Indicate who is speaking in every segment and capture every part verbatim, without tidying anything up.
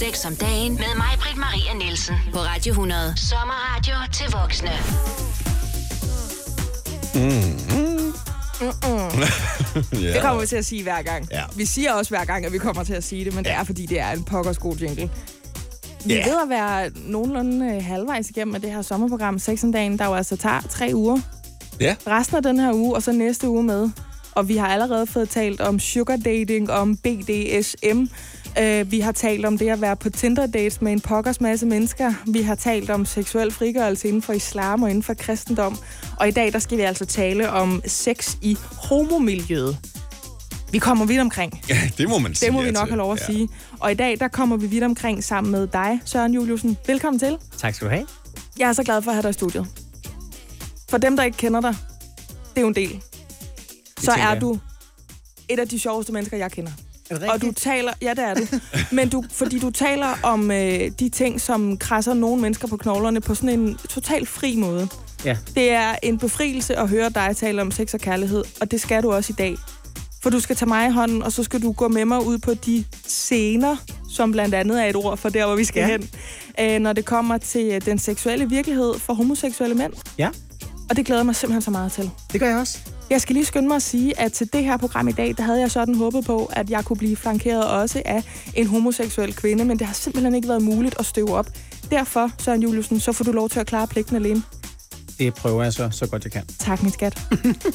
Speaker 1: Sex om dagen med mig, Britt Maria Nielsen, på Radio hundrede. Sommerradio til voksne.
Speaker 2: Mm-hmm.
Speaker 3: Yeah. Det kommer vi til at sige hver gang.
Speaker 2: Ja.
Speaker 3: Vi siger også hver gang, at vi kommer til at sige det, men det er, fordi det er en pokkers god jingle. Vi
Speaker 2: Yeah.
Speaker 3: er ved at være nogenlunde halvvejs igennem med det her sommerprogram Sex om dagen, der jo altså tager tre uger.
Speaker 2: Ja.
Speaker 3: Resten af den her uge, og så næste uge med. Og vi har allerede fået talt om sugar dating, om B D S M. Uh, vi har talt om det at være på Tinder-dates med en pokkers masse mennesker. Vi har talt om seksuel frigørelse inden for islam og inden for kristendom. Og i dag, der skal vi altså tale om sex i homomiljøet. Vi kommer vidt omkring.
Speaker 2: Ja, det må man sige.
Speaker 3: Det må vi nok have lov at ja. sige. Og i dag, der kommer vi vidt omkring sammen med dig, Søren Juliusen. Velkommen til.
Speaker 4: Tak skal du have.
Speaker 3: Jeg er så glad for at have dig i studiet. For dem, der ikke kender dig, det er jo en del. Så er du et af de sjoveste mennesker, jeg kender. Og du taler... Ja, det er du. Men du, fordi du taler om øh, de ting, som krasser nogle mennesker på knoglerne på sådan en totalt fri måde.
Speaker 4: Ja.
Speaker 3: Det er en befrielse at høre dig tale om sex og kærlighed, og det skal du også i dag. For du skal tage mig i hånden, og så skal du gå med mig ud på de scener, som blandt andet er et ord for der, hvor vi skal ja. hen, øh, når det kommer til den seksuelle virkelighed for homoseksuelle mænd.
Speaker 4: Ja.
Speaker 3: Og det glæder jeg mig simpelthen så meget til.
Speaker 4: Det gør jeg også.
Speaker 3: Jeg skal lige skynde mig at sige, at til det her program i dag, der havde jeg sådan håbet på, at jeg kunne blive flankeret også af en homoseksuel kvinde, men det har simpelthen ikke været muligt at støve op. Derfor, Søren Juliusen, så får du lov til at klare pligten alene.
Speaker 4: Det prøver jeg så, så godt jeg kan.
Speaker 3: Tak, min skat.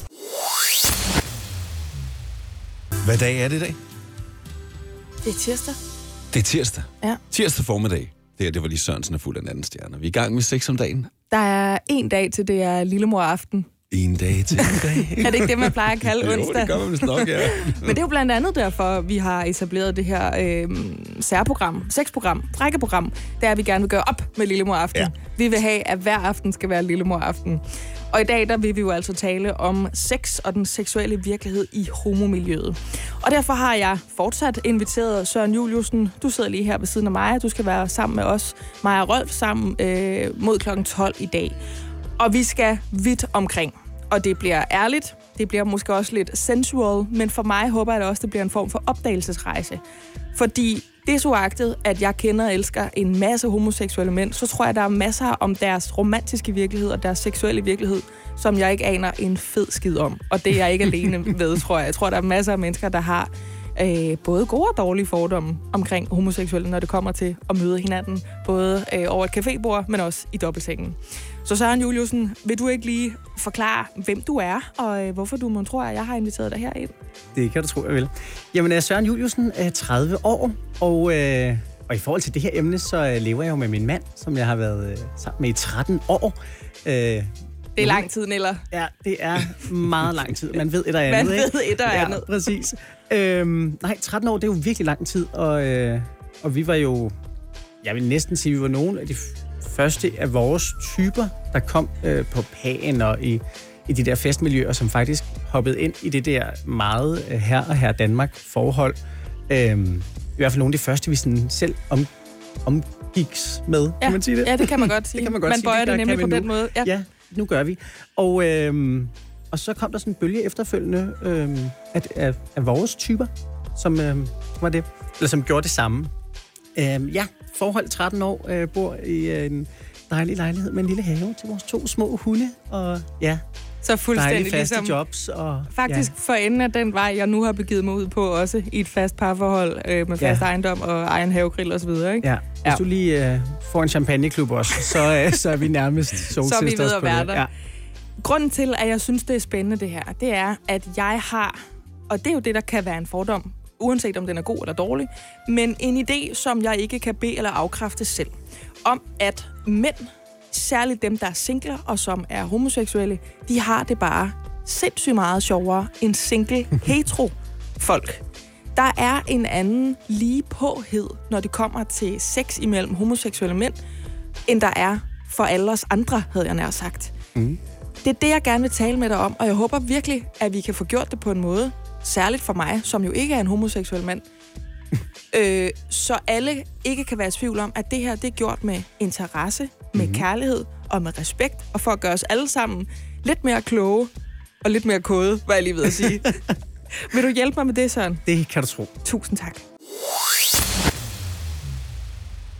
Speaker 2: Hvad dag er det i dag?
Speaker 3: Det er tirsdag.
Speaker 2: Det er tirsdag.
Speaker 3: Ja.
Speaker 2: Tirsdag formiddag. Det her, det var lige Sørensen er fuld af en anden stjerne. Vi er i gang med sex om dagen.
Speaker 3: Der er en dag til, det er lillemor aften.
Speaker 2: En dag til en dag.
Speaker 3: Er det ikke det, man plejer at kalde
Speaker 2: jo,
Speaker 3: onsdag?
Speaker 2: det gør man vist nok, ja.
Speaker 3: Men det er jo blandt andet derfor, vi har etableret det her øh, særprogram, sexprogram, rækkeprogram, der vi gerne vil gøre op med lillemor aften. Ja. Vi vil have, at hver aften skal være lillemor aften. Og i dag, der vil vi jo altså tale om sex og den seksuelle virkelighed i homomiljøet. Og derfor har jeg fortsat inviteret Søren Juliusen. Du sidder lige her ved siden af mig. Du skal være sammen med os, mig og Rolf, sammen øh, mod klokken tolv i dag. Og vi skal vidt omkring. Og det bliver ærligt. Det bliver måske også lidt sensual. Men for mig håber jeg da også, det bliver en form for opdagelsesrejse. Fordi det er så agtet, at jeg kender og elsker en masse homoseksuelle mænd, så tror jeg, der er masser om deres romantiske virkelighed og deres seksuelle virkelighed, som jeg ikke aner en fed skid om. Og det er jeg ikke alene ved, tror jeg. Jeg tror, der er masser af mennesker, der har øh, både gode og dårlige fordomme omkring homoseksuelle, når det kommer til at møde hinanden, både øh, over et cafébord, men også i dobbeltsengen. Så Søren Juliusen, vil du ikke lige forklare, hvem du er, og øh, hvorfor du må tro, at jeg har inviteret dig herind?
Speaker 4: Det kan du tro, jeg vil. Jamen, jeg er Søren Juliusen, er tredive år, og, øh, og i forhold til det her emne, så øh, lever jeg jo med min mand, som jeg har været øh, sammen med i tretten år. Øh,
Speaker 3: det er lang tid, eller?
Speaker 4: Ja, det er meget lang tid. Man ved et og andet,
Speaker 3: Man
Speaker 4: ikke?
Speaker 3: ved et og
Speaker 4: ja,
Speaker 3: andet.
Speaker 4: Præcis. Øhm, nej, tretten år, det er jo virkelig lang tid, og, øh, og vi var jo, jeg vil næsten sige, vi var nogle af de første af vores typer, der kom øh, på Pan og i, i de der festmiljøer, som faktisk hoppede ind i det der meget øh, her og her Danmark forhold. Øhm, I hvert fald nogle af de første, vi sådan selv om, omgiks med,
Speaker 3: ja.
Speaker 4: kan man sige det?
Speaker 3: Ja, det kan man godt sige.
Speaker 4: Det kan man godt
Speaker 3: man
Speaker 4: sige.
Speaker 3: bøjer
Speaker 4: det,
Speaker 3: det nemlig på
Speaker 4: nu.
Speaker 3: den måde. Ja.
Speaker 4: ja, nu gør vi. Og, øhm, og så kom der sådan en bølge efterfølgende øhm, af, af, af vores typer, som øhm, var det, eller som gjorde det samme. Øhm, ja, forhold tretten år, øh, bor i øh, en dejlig lejlighed med en lille have til vores to små hunde, og ja,
Speaker 3: så fuldstændig
Speaker 4: dejlige faste
Speaker 3: ligesom,
Speaker 4: jobs. Og,
Speaker 3: faktisk
Speaker 4: ja.
Speaker 3: for enden af den vej, jeg nu har begivet mig ud på, også i et fast parforhold øh, med fast ja. ejendom og egen havegrill og så videre, ikke?
Speaker 4: Ja, hvis ja. du lige øh, får en champagneklub også, så, øh, så er vi nærmest solsisters.
Speaker 3: Så er vi ved at være der.
Speaker 4: Ja.
Speaker 3: Grunden til, at jeg synes, det er spændende det her, det er, at jeg har, og det er jo det, der kan være en fordom, uanset om den er god eller dårlig, men en idé, som jeg ikke kan bede eller afkræfte selv, om at mænd, særligt dem, der er singler og som er homoseksuelle, de har det bare sindssygt meget sjovere end single hetero folk. Der er en anden ligepåhed, når det kommer til sex imellem homoseksuelle mænd, end der er for alle os andre, havde jeg nær sagt. Mm. Det er det, jeg gerne vil tale med dig om, og jeg håber virkelig, at vi kan få gjort det på en måde, særligt for mig, som jo ikke er en homoseksuel mand, øh, så alle ikke kan være i tvivl om, at det her, det er gjort med interesse, med mm. kærlighed og med respekt, og for at gøre os alle sammen lidt mere kloge og lidt mere kode, hvad jeg lige ved at sige. Vil du hjælpe mig med det, Søren?
Speaker 4: Det kan du tro.
Speaker 3: Tusind tak.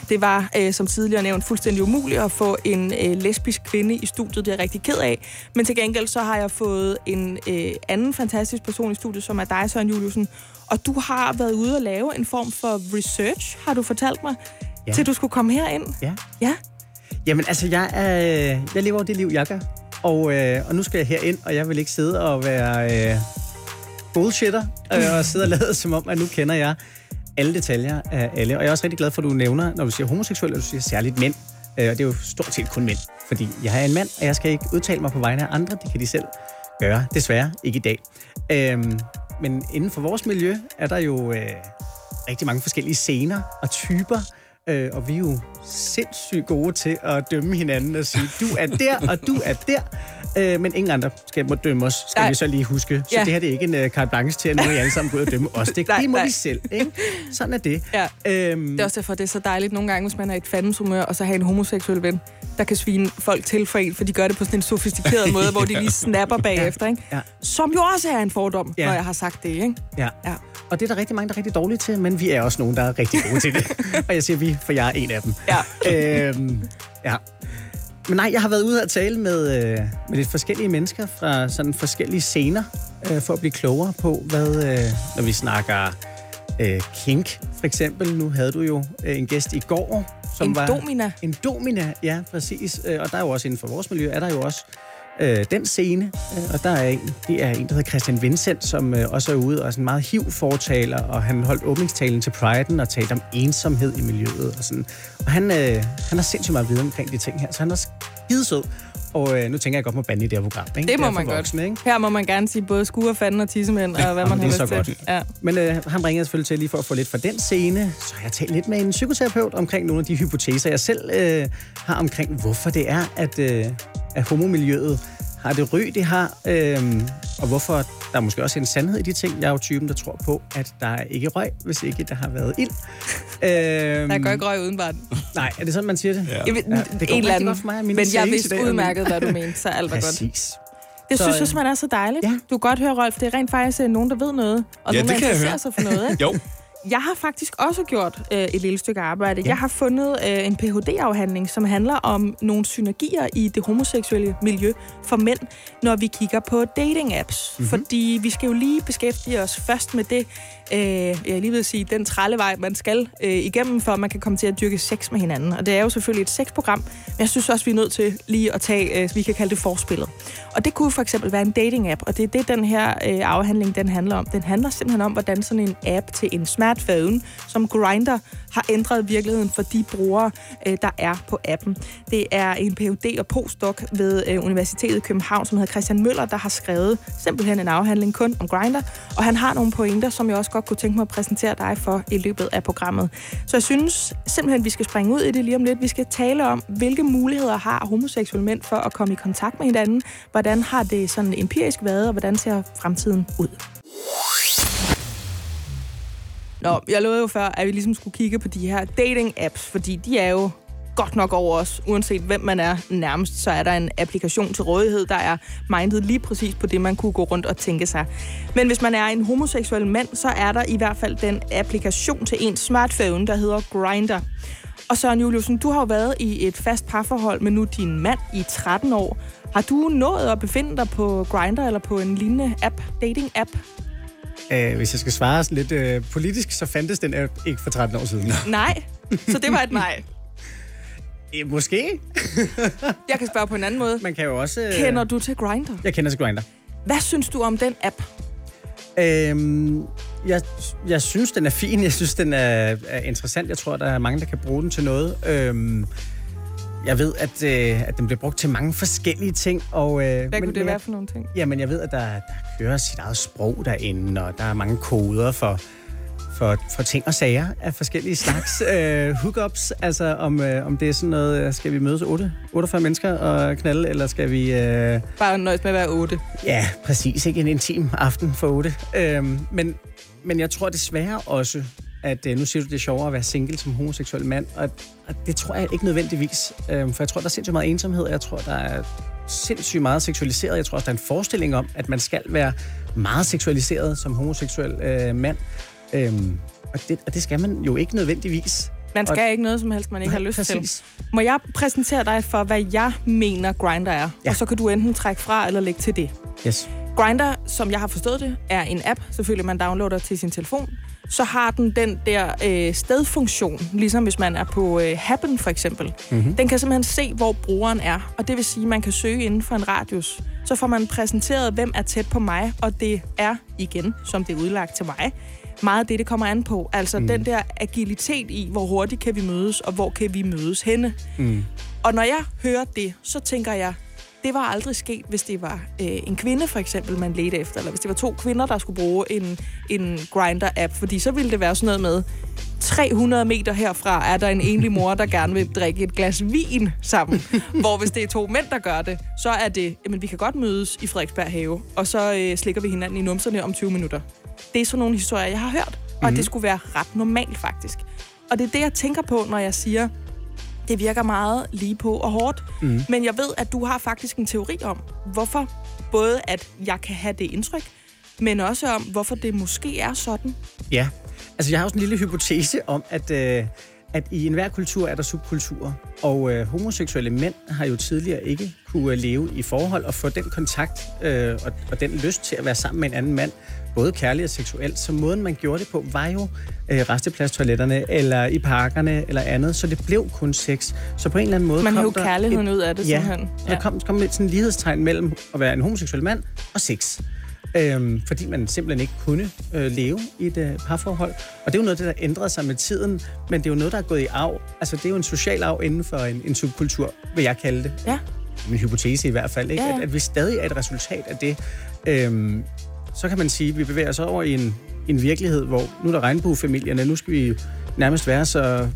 Speaker 3: Det var, øh, som tidligere nævnt, fuldstændig umuligt at få en øh, lesbisk kvinde i studiet. Det er jeg rigtig ked af. Men til gengæld så har jeg fået en øh, anden fantastisk person i studiet, som er dig, Søren Juliusen. Og du har været ude og lave en form for research, har du fortalt mig, ja. til du skulle komme herind.
Speaker 4: Ja.
Speaker 3: Ja.
Speaker 4: Jamen, altså, jeg, er, jeg lever det liv, jeg gør. Og, øh, og nu skal jeg herind, og jeg vil ikke sidde og være øh, bullshitter øh, og sidde og lade som om, at nu kender jeg alle detaljer af alle. Og jeg er også rigtig glad for, at du nævner, når du siger homoseksuel, og du siger særligt mænd. Øh, og det er jo stort set kun mænd. Fordi jeg er en mand, og jeg skal ikke udtale mig på vegne af andre. Det kan de selv gøre. Desværre ikke i dag. Øh, men inden for vores miljø er der jo øh, rigtig mange forskellige scener og typer. Øh, og vi er jo sindssygt gode til at dømme hinanden og sige, du er der, og du er der. Øh, men ingen andre skal må dømme os, skal nej. vi så lige huske. Så ja. det her det er ikke en uh, carte blanche til, at nu er I alle sammen gået og dømme os. Det, nej, det må nej. vi selv, ikke? Sådan er det.
Speaker 3: Ja. Øhm, det er også derfor, det er så dejligt nogle gange, hvis man er i et fandens-humør, og så har en homoseksuel ven, der kan svine folk til for en, for de gør det på sådan en sofistikeret måde, hvor de lige snapper bagefter, ikke? Ja. Som jo også er en fordom, ja. når jeg har sagt det, ikke?
Speaker 4: Ja. ja. Og det er der rigtig mange, der er rigtig dårlige til, men vi er også nogen, der er rigtig gode til det. Og jeg siger vi, for jeg er en af dem. Ja. øhm, ja. Men nej, jeg har været ude at tale med, øh, med lidt forskellige mennesker fra sådan forskellige scener, øh, for at blive klogere på, hvad, øh, når vi snakker øh, kink, for eksempel. Nu havde du jo øh, en gæst i går, som
Speaker 3: en
Speaker 4: var...
Speaker 3: domina.
Speaker 4: En domina, ja, præcis. Øh, og der er jo også inden for vores miljø, er der jo også øh, den scene. Øh, og der er en, det er en, der hedder Christian Vincent, som øh, også er ude og er sådan meget H I V-fortaler, og han holdt åbningstalen til Pride'en og talte om ensomhed i miljøet og sådan. Og han, øh, han har sindssygt meget viden omkring de ting her, så han er skidesød. Og øh, nu tænker jeg godt må bande i det her program. Ikke?
Speaker 3: Det må man voksne, godt. Ikke? Her må man gerne sige både skuer, fanden og tissemænd, og hvad man har lyst til. Godt. Ja.
Speaker 4: Men øh, han ringede selvfølgelig til lige for at få lidt fra den scene. Så har jeg talt lidt med en psykoterapeut omkring nogle af de hypoteser, jeg selv øh, har omkring, hvorfor det er, at, øh, at homomiljøet har det ry, det har, øh, og hvorfor der er måske også en sandhed i de ting. Jeg er jo typen, der tror på, at der er ikke røg, hvis ikke der har været ild.
Speaker 3: Øh, der går ikke røg uden barn.
Speaker 4: Nej, er det sådan, man siger det?
Speaker 3: Ja. Jeg ved, ja, det går en rigtig godt for mig. Men jeg vidste udmærket, hvad du mente, så alt var
Speaker 4: Præcis.
Speaker 3: godt. Det så, synes jeg, man er så dejligt. Ja. Du kan godt høre, Rolf, det er rent faktisk nogen, der ved noget, og
Speaker 2: ja,
Speaker 3: nogen, der interesserer sig for noget. Ikke?
Speaker 2: Jo.
Speaker 3: Jeg har faktisk også gjort øh, et lille stykke arbejde. Ja. Jeg har fundet øh, en P H D-afhandling, som handler om nogle synergier i det homoseksuelle miljø for mænd, når vi kigger på dating-apps. Mm-hmm. Fordi vi skal jo lige beskæftige os først med det, øh, jeg lige vil sige, den trallevej, man skal øh, igennem, for at man kan komme til at dyrke sex med hinanden. Og det er jo selvfølgelig et sexprogram, men jeg synes også, vi er nødt til lige at tage, øh, vi kan kalde det forspillet. Og det kunne for eksempel være en dating-app, og det er det, den her øh, afhandling, den handler om. Den handler simpelthen om, hvordan sådan en app til en smartphone, som Grindr, har ændret virkeligheden for de brugere, øh, der er på appen. Det er en P H D og postdoc ved øh, Universitetet i København, som hedder Christian Møller, der har skrevet simpelthen en afhandling kun om Grindr, og han har nogle pointer, som jeg også godt kunne tænke mig at præsentere dig for i løbet af programmet. Så jeg synes simpelthen, vi skal springe ud i det lige om lidt. Vi skal tale om, hvilke muligheder har homoseksuelle mænd for at komme i kontakt med hinanden, hvordan har det sådan empirisk været, og hvordan ser fremtiden ud. Nå, jeg lovede jo før, at vi ligesom skulle kigge på de her dating-apps, fordi de er jo godt nok over os. Uanset hvem man er nærmest, så er der en applikation til rådighed, der er mindet lige præcis på det, man kunne gå rundt og tænke sig. Men hvis man er en homoseksuel mand, så er der i hvert fald den applikation til ens smartphone, der hedder Grindr. Og Søren Juliusen, du har jo været i et fast parforhold med nu din mand i tretten år. Har du nået at befinde dig på Grindr eller på en lignende app, dating-app?
Speaker 4: Uh, hvis jeg skal svare lidt uh, politisk, så fandtes den app ikke for tretten år siden.
Speaker 3: Nej, så det var et nej.
Speaker 4: Uh, måske.
Speaker 3: Jeg kan spørge på en anden måde.
Speaker 4: Man kan jo også... Uh...
Speaker 3: Kender du til Grindr?
Speaker 4: Jeg kender til Grindr.
Speaker 3: Hvad synes du om den app?
Speaker 4: Uh, jeg, jeg synes, den er fin. Jeg synes, den er, er interessant. Jeg tror, der er mange, der kan bruge den til noget. Uh, Jeg ved, at, øh, at den bliver brugt til mange forskellige ting. Og, øh,
Speaker 3: Hvad
Speaker 4: men,
Speaker 3: kunne det være for nogle ting?
Speaker 4: Jamen, jeg ved, at der, der kører sit eget sprog derinde, og der er mange koder for, for, for ting og sager af forskellige slags øh, hookups. Altså, om, øh, om det er sådan noget, skal vi mødes otte, otteogfyrre mennesker og knalde, eller skal vi... Øh...
Speaker 3: Bare nøjes med at være otte.
Speaker 4: Ja, præcis. Ikke en intim aften for otte. Øh, men, men jeg tror desværre også... at øh, nu siger du, det er sjovere at være single som homoseksuel mand, og, og det tror jeg ikke nødvendigvis. Øh, for jeg tror, der er sindssygt meget ensomhed, jeg tror, der er sindssygt meget seksualiseret. Jeg tror også, der er en forestilling om, at man skal være meget seksualiseret som homoseksuel øh, mand. Øh, og, det, og det skal man jo ikke nødvendigvis.
Speaker 3: Man skal og... ikke noget som helst, man ikke
Speaker 4: Nej,
Speaker 3: har lyst
Speaker 4: præcis.
Speaker 3: til. Må jeg præsentere dig for, hvad jeg mener Grindr er? Ja. Og så kan du enten trække fra eller lægge til det.
Speaker 4: Yes.
Speaker 3: Grindr, som jeg har forstået det, er en app, selvfølgelig man downloader til sin telefon. Så har den den der øh, stedfunktion, ligesom hvis man er på øh, Happen for eksempel. Mm-hmm. Den kan simpelthen se, hvor brugeren er, og det vil sige, at man kan søge inden for en radius. Så får man præsenteret, hvem er tæt på mig, og det er igen, som det er udlagt til mig, meget det, det kommer an på. Altså mm. den der agilitet i, hvor hurtigt kan vi mødes, og hvor kan vi mødes henne. Mm. Og når jeg hører det, så tænker jeg, det var aldrig sket, hvis det var øh, en kvinde, for eksempel, man ledte efter, eller hvis det var to kvinder, der skulle bruge en, en Grindr-app, fordi så ville det være sådan noget med, tre hundrede meter herfra er der en enlig mor, der gerne vil drikke et glas vin sammen. Hvor hvis det er to mænd, der gør det, så er det, jamen vi kan godt mødes i Frederiksberg Have, og så øh, slikker vi hinanden i numserne om tyve minutter. Det er sådan nogle historier, jeg har hørt, og mm-hmm. det skulle være ret normalt faktisk. Og det er det, jeg tænker på, når jeg siger, det virker meget lige på og hårdt. Mm. Men jeg ved, at du har faktisk en teori om, hvorfor både at jeg kan have det indtryk, men også om, hvorfor det måske er sådan.
Speaker 4: Ja, altså jeg har også en lille hypotese om, at, øh, at i enhver kultur er der subkulturer. Og øh, homoseksuelle mænd har jo tidligere ikke kunne leve i forhold og få den kontakt øh, og, og den lyst til at være sammen med en anden mand, både kærligt og seksuelt. Så måden, man gjorde det på, var jo øh, restepladstoiletterne, eller i parkerne, eller andet. Så det blev kun sex. Så på en eller anden måde
Speaker 3: man
Speaker 4: kom
Speaker 3: hævde
Speaker 4: der...
Speaker 3: kærligheden
Speaker 4: et,
Speaker 3: ud af det,
Speaker 4: ja,
Speaker 3: simpelthen.
Speaker 4: Ja, der kom, kom sådan en lighedstegn mellem at være en homoseksuel mand og sex. Øhm, fordi man simpelthen ikke kunne øh, leve i et øh, parforhold. Og det er jo noget, der ændrede sig med tiden, men det er jo noget, der er gået i arv. Altså, det er jo en social arv inden for en, en subkultur, vil jeg kalde det.
Speaker 3: Ja.
Speaker 4: Min hypotese i hvert fald, ikke?
Speaker 3: Ja, ja.
Speaker 4: At, at vi stadig er et resultat af det. Øhm, så kan man sige, at vi bevæger os over i en, en virkelighed, hvor nu er der regnbuefamilierne, nu skal vi nærmest være så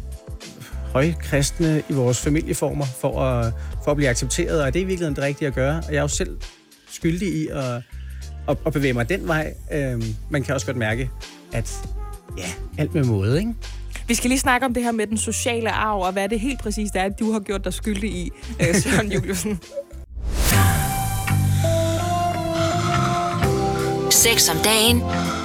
Speaker 4: højkristne i vores familieformer for at, for at blive accepteret, og det er i virkeligheden det rigtige at gøre. Og jeg er jo selv skyldig i at Og, og bevæge mig den vej. Øhm, man kan også godt mærke, at ja, alt med måde, ikke?
Speaker 3: Vi skal lige snakke om det her med den sociale arv, og hvad det helt præcist er, at du har gjort dig skyldig i, øh, Søren Juliusen.
Speaker 1: Sex om dagen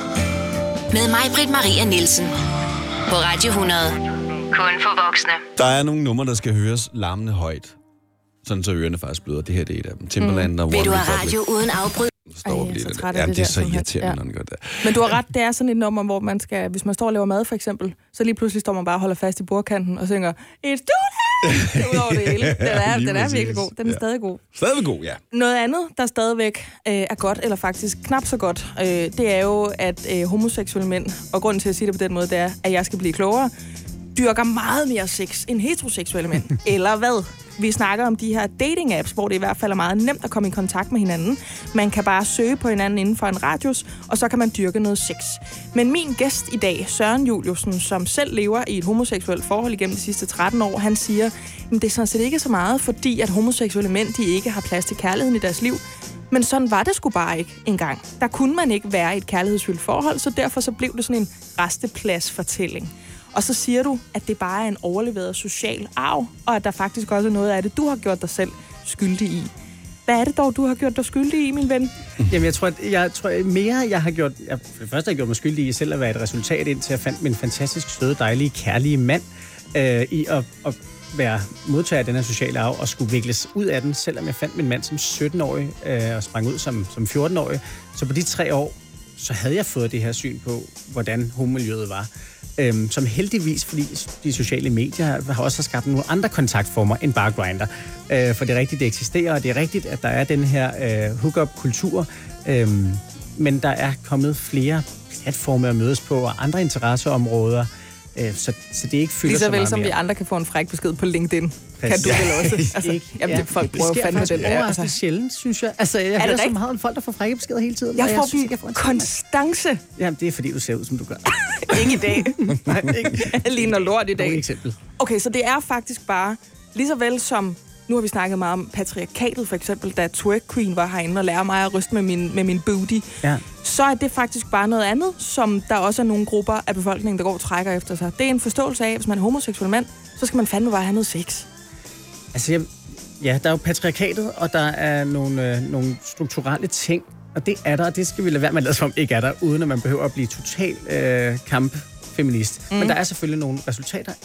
Speaker 1: med mig, Britt Maria Nielsen, på Radio hundrede. Kun for voksne.
Speaker 2: Der er nogle numre, der skal høres larmende højt. Sådan så ørerne faktisk bløder. Det her det er et af dem. Timberland mm. og
Speaker 1: Vil du have radio uden afbryd?
Speaker 2: Står
Speaker 3: Ej,
Speaker 2: det
Speaker 3: så
Speaker 2: lidt.
Speaker 3: træt af
Speaker 2: Jamen,
Speaker 3: det
Speaker 2: det er
Speaker 3: der,
Speaker 2: så
Speaker 3: sådan
Speaker 2: irriterende,
Speaker 3: her.
Speaker 2: når den gør det.
Speaker 3: Men du har ret, det er sådan et nummer, hvor man skal, hvis man står og laver mad for eksempel, så lige pludselig står man bare og holder fast i bordkanten og synger, et studie! Ud over det hele. Den er, den er virkelig god. Den er ja. stadig god.
Speaker 2: Stadig god, ja.
Speaker 3: Noget andet, der stadigvæk øh, er godt, eller faktisk knap så godt, øh, det er jo, at øh, homoseksuelle mænd, og grunden til at sige det på den måde, det er, at jeg skal blive klogere, dyrker meget mere sex end heteroseksuelle mænd. Eller hvad? Vi snakker om de her dating-apps, hvor det i hvert fald er meget nemt at komme i kontakt med hinanden. Man kan bare søge på hinanden inden for en radius, og så kan man dyrke noget sex. Men min gæst i dag, Søren Juliusen, som selv lever i et homoseksuelt forhold igennem de sidste tretten år, han siger, at det er sådan set ikke så meget, fordi at homoseksuelle mænd, de ikke har plads til kærligheden i deres liv. Men sådan var det sgu bare ikke engang. Der kunne man ikke være i et kærlighedsfyldt forhold, så derfor så blev det sådan en restepladsfortælling. Og så siger du, at det bare er en overleveret social arv, og at der faktisk også er noget af det, du har gjort dig selv skyldig i. Hvad er det dog, du har gjort dig skyldig i, min ven?
Speaker 4: Jamen, jeg tror, at jeg tror mere, jeg har gjort... Jeg, for det første har jeg gjort mig skyldig i selv at være et resultat, indtil jeg fandt min fantastisk søde, dejlige, kærlige mand øh, i at, at være modtager af den her sociale arv og skulle vikles ud af den, selvom jeg fandt min mand som sytten-årig øh, og sprang ud som, som fjorten-årig. Så på de tre år, så havde jeg fået det her syn på, hvordan homomiljøet var. Øhm, som heldigvis, fordi de sociale medier har også skabt nogle andre kontaktformer end bare Grindr. Øh, for det er rigtigt, det eksisterer, og det er rigtigt, at der er den her øh, hookup-kultur. Øhm, men der er kommet flere platforme at mødes på, og andre interesseområder. Øh, så, så det er ikke fylder
Speaker 3: Lige så
Speaker 4: så meget
Speaker 3: vel som
Speaker 4: mere.
Speaker 3: vi andre kan få en fræk besked på LinkedIn.
Speaker 4: Præcis.
Speaker 3: Kan du vel også? Altså,
Speaker 4: ikke,
Speaker 3: jamen,
Speaker 4: ja.
Speaker 3: det, folk
Speaker 4: det
Speaker 3: prøver
Speaker 4: sker
Speaker 3: fandme
Speaker 4: faktisk
Speaker 3: den der.
Speaker 4: overraskende
Speaker 3: Altså.
Speaker 4: sjældent, synes jeg. Altså, jeg hører så meget om folk, der får frække beskeder hele tiden.
Speaker 3: Jeg
Speaker 4: og
Speaker 3: får
Speaker 4: synes,
Speaker 3: dem
Speaker 4: jeg får en
Speaker 3: konstance.
Speaker 4: Jamen, det er fordi, du ser ud, som du gør.
Speaker 3: Ikke i dag.
Speaker 4: Nej, ikke.
Speaker 3: Jeg ligner lort i dag.
Speaker 4: Et eksempel.
Speaker 3: Okay, så det er faktisk bare, lige så vel som, nu har vi snakket meget om patriarkatet for eksempel, da Twerk Queen var herinde og lærer mig at ryste med min, med min booty,
Speaker 4: Ja.
Speaker 3: så er det faktisk bare noget andet, som der også er nogle grupper af befolkningen, der går og trækker efter sig. Det er en forståelse af, at hvis man er homoseksuel mand, så skal man fandme bare have noget sex.
Speaker 4: Altså, jeg, ja, der er jo patriarkatet, og der er nogle, øh, nogle strukturelle ting, og det er der, og det skal vi lade være med at lade som ikke er der, uden at man behøver at blive total øh, kampfeminist. Mm. Men der er selvfølgelig nogle resultater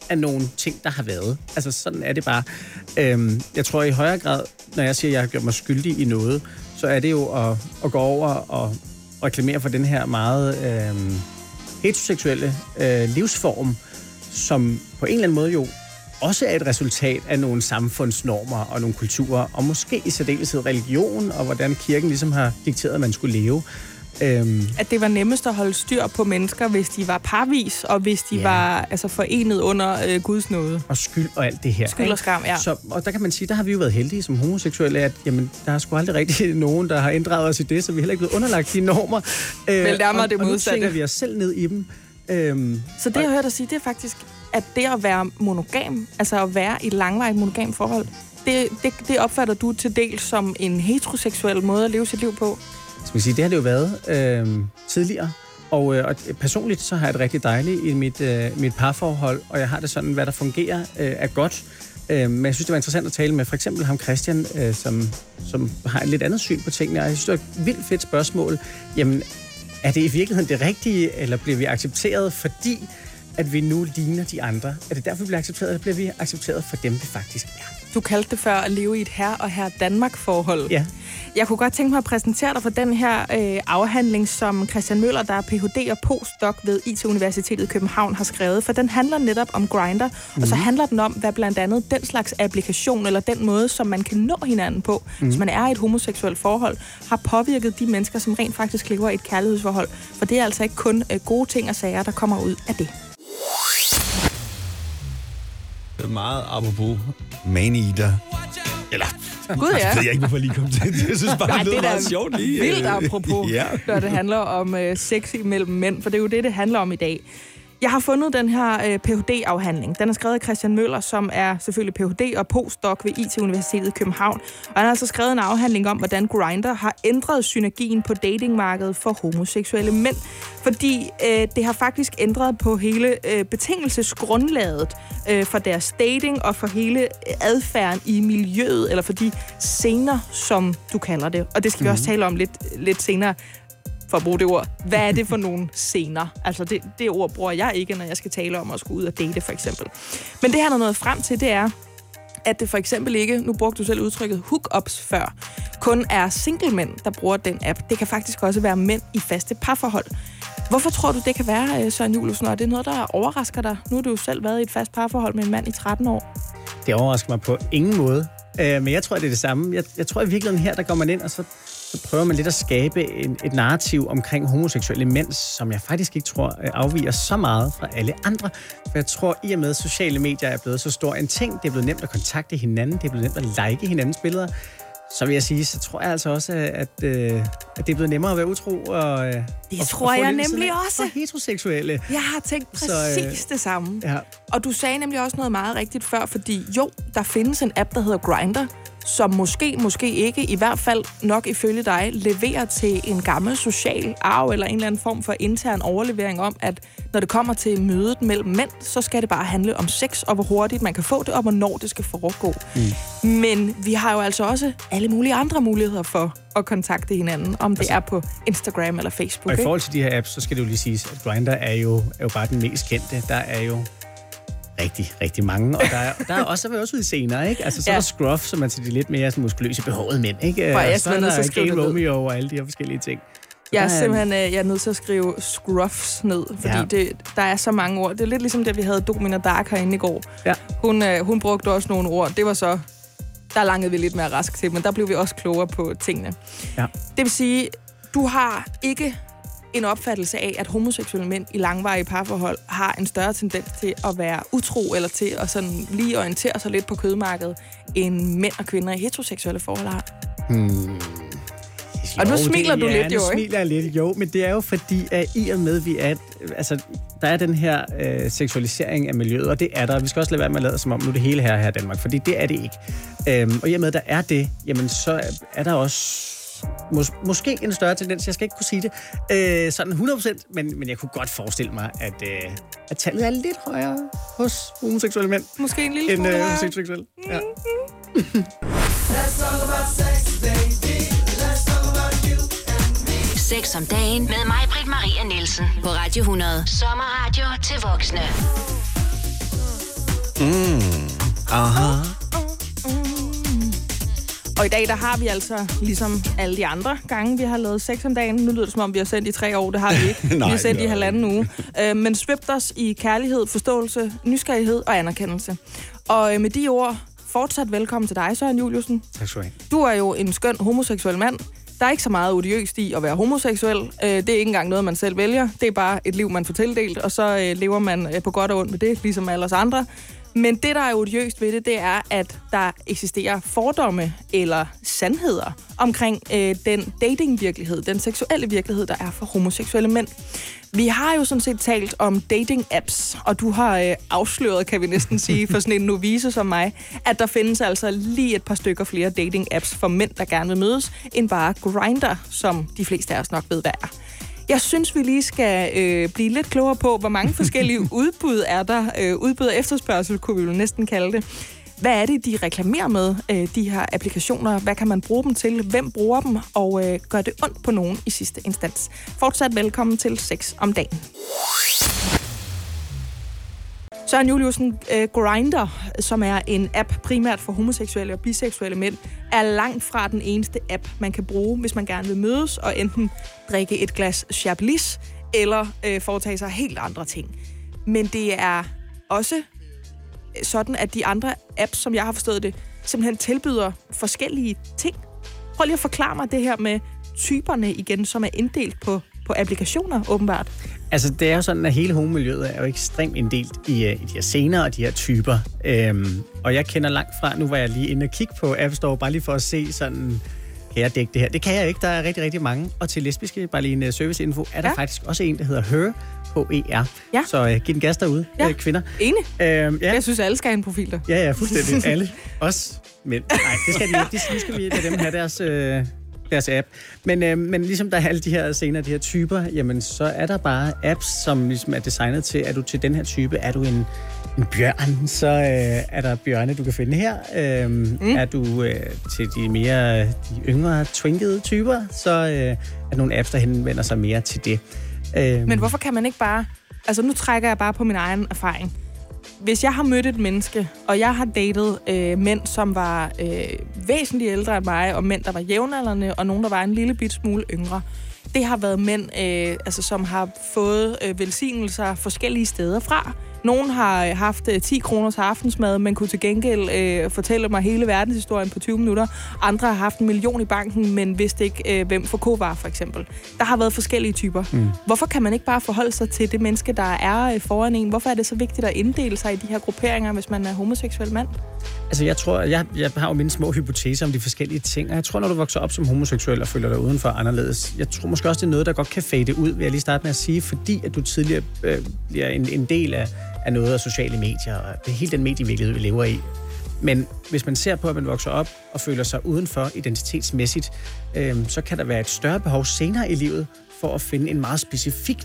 Speaker 4: af nogle ting, der har været. Altså, sådan er det bare. Øhm, jeg tror i højere grad, når jeg siger, at jeg har gjort mig skyldig i noget, så er det jo at, at gå over og reklamere for den her meget øhm, heteroseksuelle øh, livsform, som på en eller anden måde jo også er et resultat af nogle samfundsnormer og nogle kulturer, og måske i særdeleshed religion, og hvordan kirken ligesom har dikteret, at man skulle leve. Øhm.
Speaker 3: At det var nemmest at holde styr på mennesker, hvis de var parvis, og hvis de ja. var altså, forenet under øh, Guds nåde.
Speaker 4: Og skyld og alt det her.
Speaker 3: Skyld og skam, ja.
Speaker 4: Så, og der kan man sige, der har vi jo været heldige som homoseksuelle, at jamen, der er sgu aldrig rigtig nogen, der har inddraget os i det, så vi er heller ikke blevet underlagt de normer.
Speaker 3: Vel, der
Speaker 4: øh, og,
Speaker 3: det
Speaker 4: og nu tænker vi os selv ned i dem. Øhm,
Speaker 3: så det, jeg har hørt dig sige, det er faktisk, at det at være monogam, altså at være i et langvarigt monogam forhold, det, det, det opfatter du til del som en heteroseksuel måde at leve sit liv på?
Speaker 4: Skal vi sige, det har det jo været øh, tidligere, og, øh, og personligt så har jeg det rigtig dejligt i mit, øh, mit parforhold, og jeg har det sådan, hvad der fungerer øh, er godt. Øh, men jeg synes, det var interessant at tale med for eksempel ham Christian, øh, som, som har et lidt andet syn på tingene, og jeg synes, det var et vildt fedt spørgsmål. Jamen, er det i virkeligheden det rigtige, eller bliver vi accepteret, fordi at vi nu ligner de andre? Er det derfor, vi bliver accepteret, eller bliver vi accepteret for dem, vi faktisk er?
Speaker 3: Du kaldte det før at leve i et herre- og herre-Danmark-forhold.
Speaker 4: Ja.
Speaker 3: Jeg kunne godt tænke mig at præsentere dig for den her øh, afhandling, som Christian Møller, der er P H D og postdoc ved I T-Universitetet i København, har skrevet. For den handler netop om Grindr, mm. og så handler den om, hvad blandt andet den slags applikation, eller den måde, som man kan nå hinanden på, mm. hvis man er i et homoseksuelt forhold, har påvirket de mennesker, som rent faktisk lever i et kærlighedsforhold. For det er altså ikke kun øh, gode ting og sager, der kommer ud af det.
Speaker 2: Meget apropos man-eater. Eller,
Speaker 3: Gud, ja.
Speaker 2: det ved jeg ikke, hvorfor jeg lige kom til. Jeg synes bare, det lyder meget sjovt lige.
Speaker 3: Vildt apropos,
Speaker 2: ja.
Speaker 3: når det handler om øh, sex imellem mænd, for det er jo det, det handler om i dag. Jeg har fundet den her øh, P H D-afhandling. Den er skrevet af Christian Møller, som er selvfølgelig P H D og postdoc ved I T-Universitetet i København. Og han har altså skrevet en afhandling om, hvordan Grindr har ændret synergien på datingmarkedet for homoseksuelle mænd. Fordi øh, det har faktisk ændret på hele øh, betingelsesgrundlaget øh, for deres dating og for hele adfærden i miljøet, eller for de scener, som du kalder det. Og det skal vi mm-hmm. også tale om lidt, lidt senere. For at bruge det ord. Hvad er det for nogle scener? Altså, det, det ord bruger jeg ikke, når jeg skal tale om at skulle ud og date, for eksempel. Men det, han er nået frem til, det er, at det for eksempel ikke, nu brugte du selv udtrykket hookups før, kun er single-mænd, der bruger den app. Det kan faktisk også være mænd i faste parforhold. Hvorfor tror du, det kan være, Søren Juliusen, og er det noget, der overrasker dig? Nu har du jo selv været i et fast parforhold med en mand i tretten år.
Speaker 4: Det overrasker mig på ingen måde. Men jeg tror, det er det samme. Jeg, jeg tror i virkeligheden her, der går man ind, og så så prøver man lidt at skabe en, et narrativ omkring homoseksuelle mænd, som jeg faktisk ikke tror afviger så meget fra alle andre. For jeg tror, i og med sociale medier er blevet så stor en ting, det er blevet nemt at kontakte hinanden, det er blevet nemt at like hinandens billeder, så vil jeg sige, så tror jeg altså også, at, at det er blevet nemmere at være utro. Og,
Speaker 3: det
Speaker 4: og,
Speaker 3: tror
Speaker 4: og
Speaker 3: jeg nemlig også.
Speaker 4: Og heteroseksuelle.
Speaker 3: Jeg har tænkt præcis så, øh, det samme.
Speaker 4: Ja.
Speaker 3: Og du sagde nemlig også noget meget rigtigt før, fordi jo, der findes en app, der hedder Grindr, som måske, måske ikke, i hvert fald nok ifølge dig, leverer til en gammel social arv eller en eller anden form for intern overlevering om, at når det kommer til mødet mellem mænd, så skal det bare handle om sex, og hvor hurtigt man kan få det, og hvornår det skal foregå. Mm. Men vi har jo altså også alle mulige andre muligheder for at kontakte hinanden, om det altså, er på Instagram eller Facebook.
Speaker 4: Og i forhold til de her apps, så skal det jo lige siges, at Grindr er jo, er jo bare den mest kendte. Der er jo rigtig, rigtig mange, og der er, der er også, der også ud senere, ikke? Altså, så ja. er der Scruff, som er til de lidt mere sådan, muskuløse, behårede mænd, ikke?
Speaker 3: For jeg
Speaker 4: så er der Gay Romeo og alle de her forskellige ting.
Speaker 3: Jeg er simpelthen jeg er nødt til at skrive Scruffs ned, fordi ja. det, der er så mange ord. Det er lidt ligesom det, vi havde Domina Dark herinde i går. Ja. Hun, øh, hun brugte også nogle ord. Det var så, der langede vi lidt mere rask til, men der blev vi også klogere på tingene. Ja. Det vil sige, du har ikke en opfattelse af, at homoseksuelle mænd i langvarige parforhold har en større tendens til at være utro, eller til at sådan lige orientere sig lidt på kødmarkedet, end mænd og kvinder i heteroseksuelle forhold har. Hmm. Jo, og nu smiler
Speaker 4: det,
Speaker 3: du
Speaker 4: ja,
Speaker 3: lidt, jo,
Speaker 4: ikke? nu smiler jeg lidt, jo, men det er jo fordi, at i og med, vi er, altså, der er den her øh, seksualisering af miljøet, og det er der. Vi skal også lade være med at lade som om, nu er det hele her her i Danmark, fordi det er det ikke. Øhm, og i og med, der er det, jamen så er der også Mås- måske en større tendens, jeg skal ikke kunne sige det øh, sådan hundrede procent, men, men jeg kunne godt forestille mig, at, øh, at tallet er lidt højere hos homoseksuelle mænd.
Speaker 3: Måske en lille
Speaker 4: end
Speaker 3: øh,
Speaker 4: homoseksuelle. Ja.
Speaker 1: Sex om dagen med mig, Britt Maria Nielsen, på Radio hundrede. Sommerradio til voksne.
Speaker 2: Mm. Aha.
Speaker 3: Og i dag, der har vi altså, ligesom alle de andre gange, vi har lavet sex om dagen. Nu lyder det, som om vi har sendt i tre år. Det har vi ikke.
Speaker 2: Nej,
Speaker 3: vi har sendt
Speaker 2: nej.
Speaker 3: i halvanden uge. Øh, men svøbt os i kærlighed, forståelse, nysgerrighed og anerkendelse. Og øh, med de ord, fortsat velkommen til dig, Søren Juliusen.
Speaker 4: Tak skal du have.
Speaker 3: Du er jo en skøn homoseksuel mand. Der er ikke så meget odiøst i at være homoseksuel. Øh, det er ikke engang noget, man selv vælger. Det er bare et liv, man får tildelt, og så øh, lever man øh, på godt og ondt med det, ligesom alle os andre. Men det, der er odiøst ved det, det er, at der eksisterer fordomme eller sandheder omkring øh, den datingvirkelighed, den seksuelle virkelighed, der er for homoseksuelle mænd. Vi har jo sådan set talt om dating-apps, og du har øh, afsløret, kan vi næsten sige, for sådan en novice som mig, at der findes altså lige et par stykker flere dating-apps for mænd, der gerne vil mødes, end bare Grindr, som de fleste af os nok ved, hvad er. Jeg synes, vi lige skal øh, blive lidt klogere på, hvor mange forskellige udbud er der. Øh, udbud og efterspørgsel, kunne vi jo næsten kalde det. Hvad er det, de reklamerer med, øh, de her applikationer? Hvad kan man bruge dem til? Hvem bruger dem? Og øh, gør det ondt på nogen i sidste instans? Fortsat velkommen til Sex om dagen. Søren Juliusen, øh, Grindr, som er en app primært for homoseksuelle og biseksuelle mænd, er langt fra den eneste app, man kan bruge, hvis man gerne vil mødes og enten drikke et glas Chablis eller øh, foretage sig helt andre ting. Men det er også sådan, at de andre apps, som jeg har forstået det, simpelthen tilbyder forskellige ting. Prøv lige at forklare mig det her med typerne igen, som er inddelt på, på applikationer, åbenbart.
Speaker 4: Altså, det er jo sådan, at hele homomiljøet er jo ekstremt inddelt i, i de her scener og de her typer. Øhm, og jeg kender langt fra, nu var jeg lige inde og kigge på App Store, bare lige for at se sådan, kan jeg dække det her? Det kan jeg ikke, der er rigtig, rigtig mange. Og til lesbiske, bare lige en uh, serviceinfo, er der ja. faktisk også en, der hedder Her, H E R. Ja. Så uh, giv den gas derude, ja. uh, kvinder.
Speaker 3: Enig.
Speaker 4: Øhm, ja.
Speaker 3: Jeg synes, alle skal have en profil der.
Speaker 4: Ja, ja, fuldstændig. Alle. Også mænd. Nej, det skal de ikke. Nu skal vi lade dem have deres... Øh, deres app. Men, øh, men ligesom der er alle de her scener, de her typer, jamen så er der bare apps, som ligesom er designet til, er du til den her type, er du en, en bjørn, så øh, er der bjørne, du kan finde her. Øh, mm. Er du øh, til de mere de yngre, twinkede typer, så øh, er der nogle apps, der henvender sig mere til det. Øh,
Speaker 3: men hvorfor kan man ikke bare... Altså nu trækker jeg bare på min egen erfaring. Hvis jeg har mødt et menneske, og jeg har datet øh, mænd, som var øh, væsentligt ældre end mig, og mænd, der var jævnaldrende, og nogen, der var en lille bit smule yngre. Det har været mænd, øh, altså, som har fået øh, velsignelser forskellige steder fra. Nogen har øh, haft øh, ti kroner til aftensmad, men kunne til gengæld øh, fortælle mig hele verdenshistorien på tyve minutter. Andre har haft en million i banken, men vidste ikke, øh, hvem Foucault var, for eksempel. Der har været forskellige typer. Mm. Hvorfor kan man ikke bare forholde sig til det menneske, der er øh, foran en? Hvorfor er det så vigtigt at inddele sig i de her grupperinger, hvis man er homoseksuel mand?
Speaker 4: Altså, jeg tror, jeg, jeg har jo mine små hypoteser om de forskellige ting, og jeg tror, når du vokser op som homoseksuel og føler dig udenfor anderledes, jeg tror måske også, det er noget, der godt kan fade ud, vil jeg lige starte med at sige, fordi at du tidligere øh, bliver en, en del af, af noget af sociale medier, og det er helt den medievirkelighed, vi lever i. Men hvis man ser på, at man vokser op og føler sig udenfor identitetsmæssigt, øh, så kan der være et større behov senere i livet for at finde en meget specifik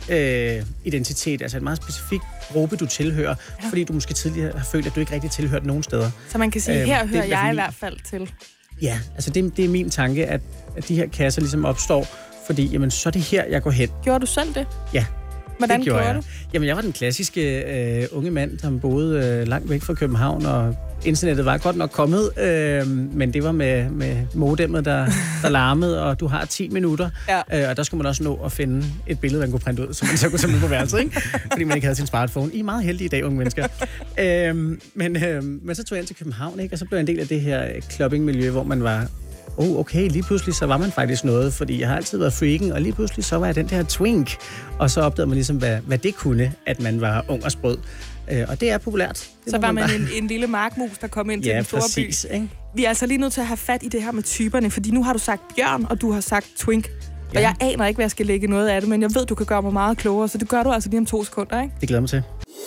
Speaker 4: øh, identitet, altså en meget specifik gruppe, du tilhører, ja. Fordi du måske tidligere har følt, at du ikke rigtig tilhørt nogen steder.
Speaker 3: Så man kan sige, øh, her hører jeg
Speaker 4: min...
Speaker 3: i hvert fald til.
Speaker 4: Ja, altså det, det er min tanke, at, at de her kasser ligesom opstår, fordi jamen, så er det her, jeg går hen.
Speaker 3: Gjorde du selv det?
Speaker 4: Ja.
Speaker 3: Hvordan
Speaker 4: det gjorde,
Speaker 3: gjorde
Speaker 4: jeg.
Speaker 3: du?
Speaker 4: Jamen, jeg var den klassiske øh, unge mand, som boede øh, langt væk fra København, og internettet var godt nok kommet, øh, men det var med, med modemmet, der, der larmede, og du har ti minutter, ja. øh, og der skulle man også nå at finde et billede, man kunne printe ud, så man så kunne tage med på værelset, ikke? Fordi man ikke havde sin smartphone. I er meget heldige i dag, unge mennesker. øh, men, øh, men så tog jeg ind til København, ikke? Og så blev jeg en del af det her clubbing-miljø, hvor man var... Oh, okay, lige pludselig så var man faktisk noget, fordi jeg har altid været freaken, og lige pludselig så var jeg den der twink. Og så opdagede man ligesom, hvad, hvad det kunne, at man var ung og sprød. Øh, og det er populært. Det
Speaker 3: så var man, man en, en lille markmus, der kom ind til
Speaker 4: ja,
Speaker 3: den store
Speaker 4: præcis,
Speaker 3: by.
Speaker 4: Ikke?
Speaker 3: Vi er altså lige nødt til at have fat i det her med typerne, fordi nu har du sagt bjørn, og du har sagt twink. Ja. Og jeg aner ikke, hvad jeg skal lægge noget af det, men jeg ved, du kan gøre mig meget klogere, så det gør du altså lige om to sekunder, ikke?
Speaker 4: Det glæder mig til.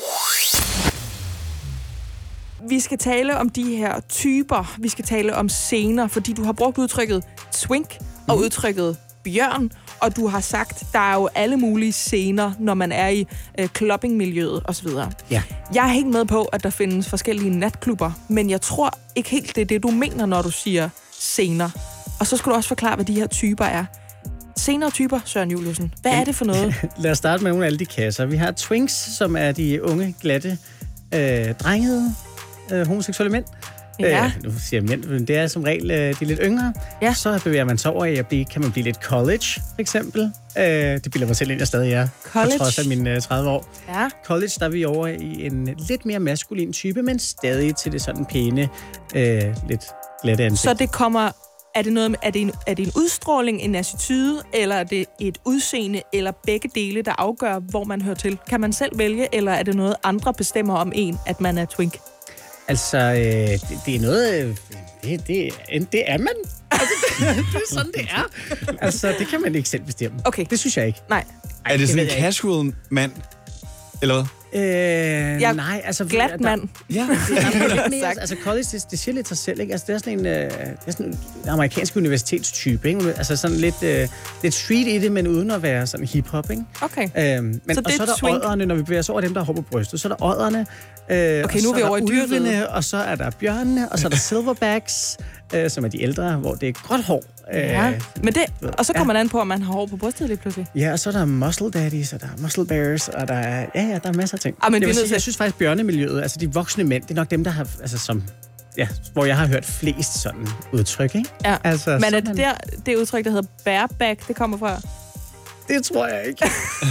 Speaker 3: Vi skal tale om de her typer. Vi skal tale om scener, fordi du har brugt udtrykket twink og udtrykket bjørn, og du har sagt, der er jo alle mulige scener, når man er i øh, clubbing-miljøet osv.
Speaker 4: Ja.
Speaker 3: Jeg er helt med på, at der findes forskellige natklubber, men jeg tror ikke helt, det er det, du mener, når du siger scener. Og så skal du også forklare, hvad de her typer er. Scener og typer, Søren Juliusen. Hvad er det for noget?
Speaker 4: Lad os starte med nogle af alle de kasser. Vi har twinks, som er de unge, glatte øh, drengede øh, homoseksuelle mænd.
Speaker 3: Ja.
Speaker 4: Øh, nu siger jeg mænd, men det er som regel øh, de er lidt yngre.
Speaker 3: Ja.
Speaker 4: Så bevæger man sig over i at blive, kan man blive lidt college, for eksempel. Øh, det bilder mig selv ind, jeg stadig er.
Speaker 3: College?
Speaker 4: På trods af mine øh, tredive år.
Speaker 3: Ja.
Speaker 4: College, der er vi over i en lidt mere maskulin type, men stadig til det sådan pæne, øh, lidt glatte ansigt.
Speaker 3: Så det kommer... Er det, noget, er, det en, er det en udstråling, en attitude, eller er det et udseende, eller begge dele, der afgør, hvor man hører til? Kan man selv vælge, eller er det noget, andre bestemmer om en, at man er twink?
Speaker 4: Altså, øh, det, det er noget... Øh, det, det, det er man. Altså, det, det er sådan, det er. Altså, det kan man ikke selv bestemme.
Speaker 3: Okay.
Speaker 4: Det synes jeg ikke.
Speaker 3: Nej.
Speaker 2: Er det
Speaker 4: det
Speaker 2: sådan
Speaker 4: ved
Speaker 2: en
Speaker 4: jeg
Speaker 2: casual mand? Eller hvad?
Speaker 4: Øh,
Speaker 3: Ja,
Speaker 4: nej, altså...
Speaker 3: Glat
Speaker 4: der-
Speaker 3: mand.
Speaker 2: Ja.
Speaker 4: Det er lidt mere,
Speaker 3: Sagt.
Speaker 4: altså college, det, det siger lidt sig selv, ikke? Altså, det er sådan en, øh, det er sådan en amerikansk universitetstype, ikke? Altså sådan lidt, øh, lidt street i det, men uden at være sådan hip-hop, ikke?
Speaker 3: Okay.
Speaker 4: Øhm, men,
Speaker 3: Så
Speaker 4: og
Speaker 3: det
Speaker 4: så er
Speaker 3: er
Speaker 4: der
Speaker 3: twink.
Speaker 4: odderne, når vi bevæger os over dem, der har hår på brystet. Så er der odderne, øh,
Speaker 3: Okay,
Speaker 4: og
Speaker 3: nu
Speaker 4: så
Speaker 3: er vi
Speaker 4: der
Speaker 3: over i dyreriget.
Speaker 4: ulvene, og så er der bjørnene, og så er der silverbacks, øh, som er de ældre, hvor det er gråt hår. Øh,
Speaker 3: Ja. Men det, og så
Speaker 4: ja.
Speaker 3: kommer man an på, om man har hår på brystet lige pludselig.
Speaker 4: Ja, og så er der muscle daddies, og der er muscle bears, og der er, ja, ja, der er masser af ting.
Speaker 3: Ah, men
Speaker 4: jeg,
Speaker 3: vi er
Speaker 4: vil
Speaker 3: nødt
Speaker 4: sige,
Speaker 3: til-
Speaker 4: jeg synes faktisk, bjørnemiljøet, altså de voksne mænd, det er nok dem, der har, altså som, ja, hvor jeg har hørt flest sådan udtryk, ikke?
Speaker 3: Ja.
Speaker 4: Altså,
Speaker 3: Men er
Speaker 4: sådan-
Speaker 3: det der, det udtryk, der hedder bareback, det kommer fra?
Speaker 4: Det tror jeg ikke.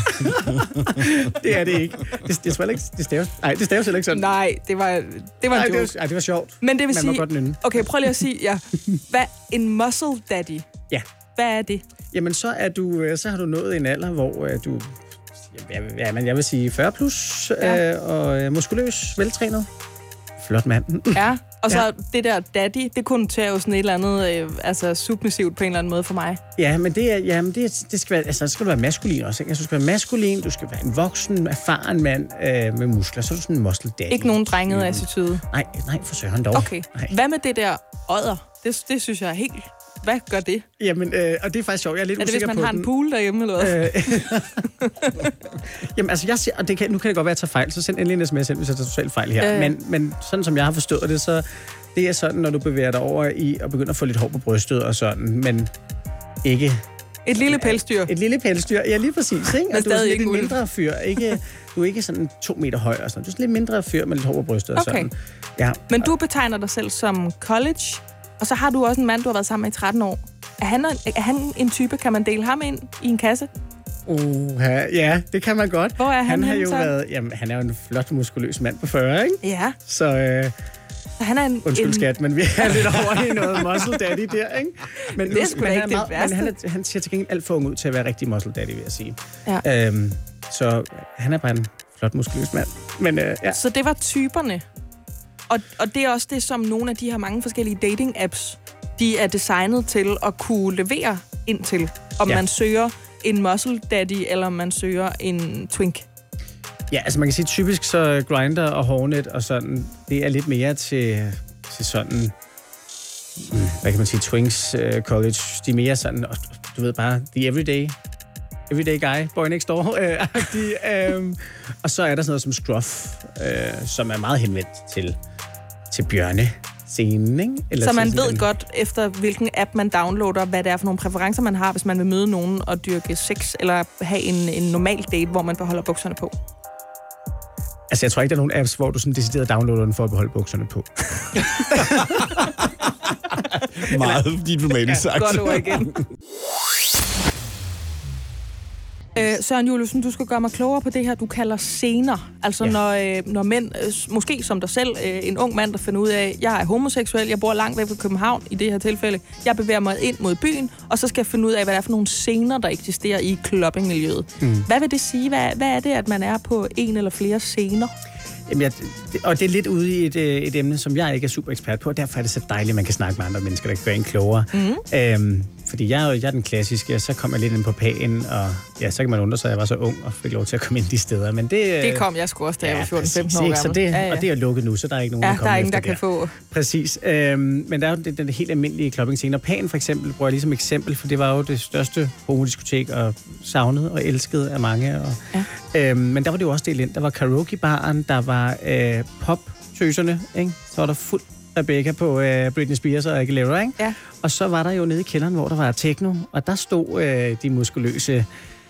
Speaker 4: Det er det ikke. Det, det, ikke, det staves, nej, det staves heller ikke sådan.
Speaker 3: Nej, det var, det var
Speaker 4: nej,
Speaker 3: en
Speaker 4: det
Speaker 3: joke.
Speaker 4: var, ej, det var sjovt.
Speaker 3: Men det vil
Speaker 4: Man
Speaker 3: sige...
Speaker 4: må godt nynne.
Speaker 3: Okay, prøv lige at sige, ja. Hvad, en muscle daddy,
Speaker 4: Ja.
Speaker 3: hvad er det?
Speaker 4: Jamen, så, er du, øh, så har du nået en alder, hvor øh, du... Ja, ja, men jeg vil sige fyrre plus,
Speaker 3: Ja.
Speaker 4: øh, og øh, muskuløs, veltrænet. Flot mand.
Speaker 3: Ja, og så
Speaker 4: Ja.
Speaker 3: ja. det der daddy, det konnoterer jo sådan et eller andet, øh, altså submissivt på en eller anden måde for mig.
Speaker 4: Ja, men det, er, ja, men det, er- det skal være, altså, så skal du være maskulin også. Ikke? Altså, du skal være maskulin, du skal være en voksen, erfaren mand øh, med muskler. Så er du sådan en muscle daddy.
Speaker 3: Ikke nogen drenget
Speaker 4: Mm.
Speaker 3: attitude.
Speaker 4: Nej, nej, for søren dog.
Speaker 3: Okay,
Speaker 4: Nej.
Speaker 3: hvad med det der odder? Det, det synes jeg er helt... Hvad gør det?
Speaker 4: Jamen, øh, og det er faktisk sjovt. Jeg er lidt
Speaker 3: Er det, hvis
Speaker 4: usikker
Speaker 3: man
Speaker 4: på
Speaker 3: har
Speaker 4: den.
Speaker 3: en pool derhjemme, eller hvad?
Speaker 4: Øh, Jamen, altså, jeg siger, og det kan, nu kan det godt være, at jeg tager fejl, så send endelig en sms selv, hvis jeg tager totalt fejl her.
Speaker 3: Ja, ja.
Speaker 4: Men, men sådan som jeg har forstået det, så det er sådan, når du bevæger dig over i at begynde at få lidt hår på brystet og sådan, men ikke
Speaker 3: Et lille pelsdyr.
Speaker 4: et lille pelsdyr. Ja, lige præcis, ikke?
Speaker 3: Men
Speaker 4: Og du er
Speaker 3: stadig
Speaker 4: sådan lidt
Speaker 3: ikke
Speaker 4: en
Speaker 3: ulv.
Speaker 4: mindre fyr. Ikke, du er ikke sådan to meter høj og sådan. Du er sådan lidt mindre fyr med lidt hår på brystet og
Speaker 3: Okay.
Speaker 4: sådan. Ja.
Speaker 3: Men du betegner dig selv som college, og så har du også en mand, du har været sammen med i tretten år. Er han, er han en type, kan man dele ham ind i en kasse?
Speaker 4: Uh, ja, det kan man godt.
Speaker 3: Hvor er han
Speaker 4: han har
Speaker 3: henne
Speaker 4: jo
Speaker 3: så?
Speaker 4: været, jamen, han er jo en flot, muskuløs mand på fyrre, ikke?
Speaker 3: Ja,
Speaker 4: Så, øh,
Speaker 3: så han er en...
Speaker 4: undskyld
Speaker 3: en
Speaker 4: skat, men vi er lidt over i noget muscle daddy der, ikke? Men,
Speaker 3: Det er sgu da
Speaker 4: men
Speaker 3: ikke
Speaker 4: han
Speaker 3: det
Speaker 4: meget,
Speaker 3: værste.
Speaker 4: Men han, er, han ser til gengæld alt for ung ud til at være rigtig muscle daddy, vil jeg sige.
Speaker 3: Ja.
Speaker 4: Øhm, så han er bare en flot, muskuløs mand. Men øh, ja.
Speaker 3: Så det var typerne. Og, og det er også det, som nogle af de her mange forskellige dating-apps, de er designet til at kunne levere ind til. Om
Speaker 4: Ja.
Speaker 3: man søger en muscle daddy, eller om man søger en twink.
Speaker 4: Ja, altså man kan sige, typisk så Grindr og Hornet og sådan, det er lidt mere til, til sådan, mm, hvad kan man sige, twinks, uh, college, de er mere sådan, og du ved bare, the everyday, everyday guy, boy next door, øh, de, um, og så er der sådan noget som scruff, øh, som er meget henvendt til, til bjørne. Scenen, ikke? Eller
Speaker 3: Så
Speaker 4: til
Speaker 3: man
Speaker 4: sådan
Speaker 3: ved
Speaker 4: en-
Speaker 3: godt, efter hvilken app man downloader, hvad det er for nogle præferencer, man har, hvis man vil møde nogen og dyrke sex, eller have en, en normal date, hvor man beholder bukserne på.
Speaker 4: Altså, jeg tror ikke, der er nogen apps, hvor du sådan decideret downloader den for at beholde bukserne på.
Speaker 2: Meget diplomatisk sagt.
Speaker 3: Godt ord igen. Øh, Søren Juliusen, du skal gøre mig klogere på det her, du kalder scener. Altså
Speaker 4: Ja.
Speaker 3: når, øh, når mænd, øh, måske som dig selv, øh, en ung mand, der finder ud af, jeg er homoseksuel, jeg bor langt væk fra København i det her tilfælde, jeg bevæger mig ind mod byen, og så skal jeg finde ud af, hvad det er for nogle scener, der eksisterer i clubbingmiljøet. Mm. Hvad vil det sige? Hvad, hvad er det, at man er på en eller flere scener?
Speaker 4: Jamen, jeg, det, og det er lidt ude i et, øh, et emne, som jeg ikke er super ekspert på, og derfor er det så dejligt, at man kan snakke med andre mennesker, der kan gøre en klogere. Mm. Øhm, fordi jeg er, jo, jeg er den klassiske, og så kom jeg lidt ind på pagen, og ja, så kan man undre sig, at jeg var så ung og fik lov til at komme ind de steder. Men det,
Speaker 3: Det kom jeg sgu også, da jeg var fjorten femten
Speaker 4: præcis,
Speaker 3: år
Speaker 4: ikke? Så
Speaker 3: gammel.
Speaker 4: det,
Speaker 3: Ja, ja.
Speaker 4: Og det er lukket nu, så der er ikke nogen,
Speaker 3: Ja,
Speaker 4: der
Speaker 3: der
Speaker 4: kommer
Speaker 3: er ingen, der
Speaker 4: efter
Speaker 3: kan få...
Speaker 4: Præcis. Øhm, men der er jo den, den helt almindelige clubbing-scene. Og Pan for eksempel bruger jeg ligesom eksempel, for det var jo det største homodiskotek, og savnet og elsket af mange. Og,
Speaker 3: Ja.
Speaker 4: øhm, men der var det jo også delt ind. Der var karaoke-baren, der var øh, pop-tøserne, ikke? Så var der fuld Rebecca på øh, Britney Spears og Aguilera, ikke?
Speaker 3: Ja.
Speaker 4: Og så var der jo nede i kælderen, hvor der var techno, og der stod øh, de muskuløse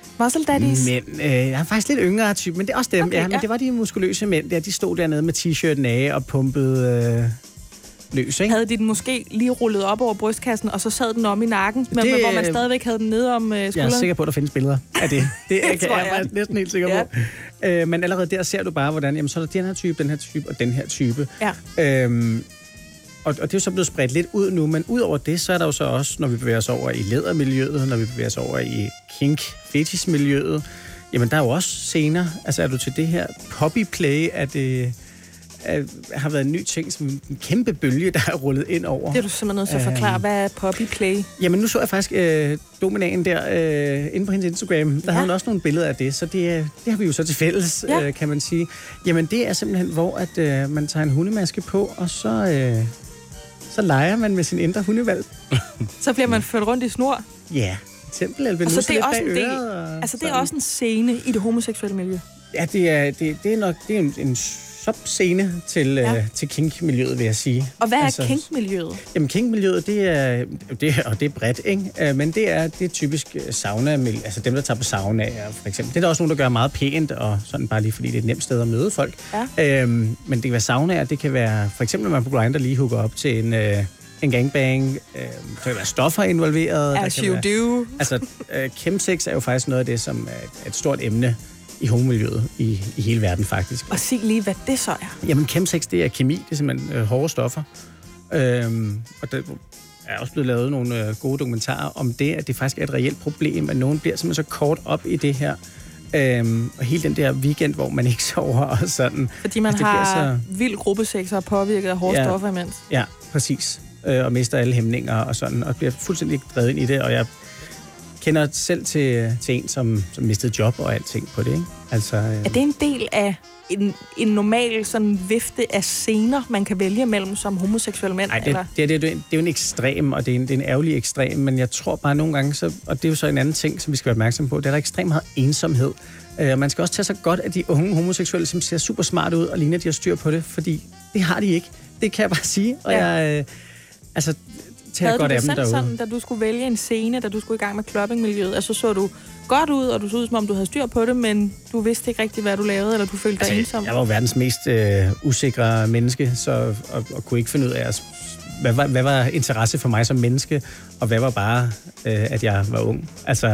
Speaker 3: Muscle daddies?
Speaker 4: Men øh, jeg er faktisk lidt yngre type, men det er også dem.
Speaker 3: Okay,
Speaker 4: ja, men
Speaker 3: ja.
Speaker 4: det var de muskuløse mænd der. De stod dernede med t-shirten af og pumpede øh, løs, ikke?
Speaker 3: Havde de den måske lige rullet op over brystkassen, og så sad den om i nakken, men
Speaker 4: Det,
Speaker 3: hvor man stadigvæk havde den nede om øh, skulderen?
Speaker 4: Jeg er sikker på, at der findes billeder af det. Det
Speaker 3: Det
Speaker 4: kan
Speaker 3: tror
Speaker 4: jeg,
Speaker 3: jeg.
Speaker 4: jeg næsten helt sikker
Speaker 3: Ja.
Speaker 4: på. Øh, men allerede der ser du bare, hvordan jamen, så er der den her type, den her type og den her type.
Speaker 3: Ja.
Speaker 4: Øhm, og, og det er jo så blevet spredt lidt ud nu, men ud over det, så er der jo så også, når vi bevæger os over i lædermiljøet, når vi bevæger os over i kink-fetish-miljøet, jamen der er jo også scener. Altså er du til det her poppy-play, at det øh, har været en ny ting, som en kæmpe bølge, der er rullet ind over.
Speaker 3: Det er du simpelthen nødt til at forklare. Hvad er poppy play?
Speaker 4: Jamen, nu så jeg faktisk øh, Dominaen der øh, inde på hendes Instagram. Der ja. havde hun også nogle billeder af det, så det, det har vi jo så til fælles, ja. øh, kan man sige. Jamen, det er simpelthen, hvor at, øh, man tager en hundemaske på, og så, øh, så leger man med sin indre hundevalg.
Speaker 3: Så bliver man ført rundt i snor.
Speaker 4: Ja, eksempel.
Speaker 3: Og så det er også en del, altså det er også en scene i det homoseksuelle miljø.
Speaker 4: Ja, det er, det, det er nok det er en, en subscene til, ja. øh, til kink-miljøet, vil jeg sige.
Speaker 3: Og hvad er
Speaker 4: altså,
Speaker 3: kink-miljøet?
Speaker 4: Jamen, kink-miljøet, det er, det er, og det er bredt, ikke? Men det er, det er typisk sauna, altså dem, der tager på sauna, for eksempel. Det er der også nogen, der gør meget pænt, og sådan bare lige, fordi det er et nemt sted at møde folk. Ja. Øhm, men det kan være saunaer, det kan være, for eksempel, når man på Grindr lige hooker op til en... Øh, en gangbang, øh, der kan være stoffer involveret.
Speaker 3: As you do.
Speaker 4: Altså, øh, chemsex er jo faktisk noget af det, som er et, et stort emne i homomiljøet i, i hele verden, faktisk.
Speaker 3: Og sig lige, hvad det så er.
Speaker 4: Jamen, chemsex, det er kemi, det er simpelthen øh, hårde stoffer. Øhm, og der er også blevet lavet nogle øh, gode dokumentarer om det, at det faktisk er et reelt problem, at nogen bliver simpelthen så kort op i det her. Øhm, og hele den der weekend, hvor man ikke sover og sådan.
Speaker 3: Fordi man
Speaker 4: altså,
Speaker 3: har
Speaker 4: så...
Speaker 3: vild gruppesex og er påvirket af hårde ja, stoffer imens.
Speaker 4: Ja, præcis. Øh, og mister alle hæmninger og sådan, og bliver fuldstændig drevet ind i det, og jeg kender selv til, til en, som, som mistede job og alting på det, ikke? Altså, øh...
Speaker 3: Er det en del af en, en normal sådan vifte af scener, man kan vælge mellem som homoseksuelle mænd?
Speaker 4: Nej, det,
Speaker 3: eller?
Speaker 4: det, det, det, det er jo en ekstrem, og det er en, det er en ærgerlig ekstrem, men jeg tror bare nogle gange, så, og det er jo så en anden ting, som vi skal være opmærksom på, det er der ekstremt meget ensomhed. Øh, man skal også tage sig godt af de unge homoseksuelle, som ser super smart ud og ligner, de har styr på det, fordi det har de ikke. Det kan jeg bare sige, og ja. jeg... Øh, altså,
Speaker 3: havde
Speaker 4: godt
Speaker 3: du
Speaker 4: af
Speaker 3: det
Speaker 4: dem
Speaker 3: selv
Speaker 4: derude.
Speaker 3: sådan, da du skulle vælge en scene, da du skulle i gang med clubbingmiljøet? Altså så du godt ud, og du så ud, som om du havde styr på det, men du vidste ikke rigtigt, hvad du lavede, eller du følte dig
Speaker 4: altså,
Speaker 3: ensom?
Speaker 4: Jeg var jo verdens mest øh, usikre menneske, så, og, og kunne ikke finde ud af, altså, hvad, var, hvad var interesse for mig som menneske, og hvad var bare, øh, at jeg var ung. Altså,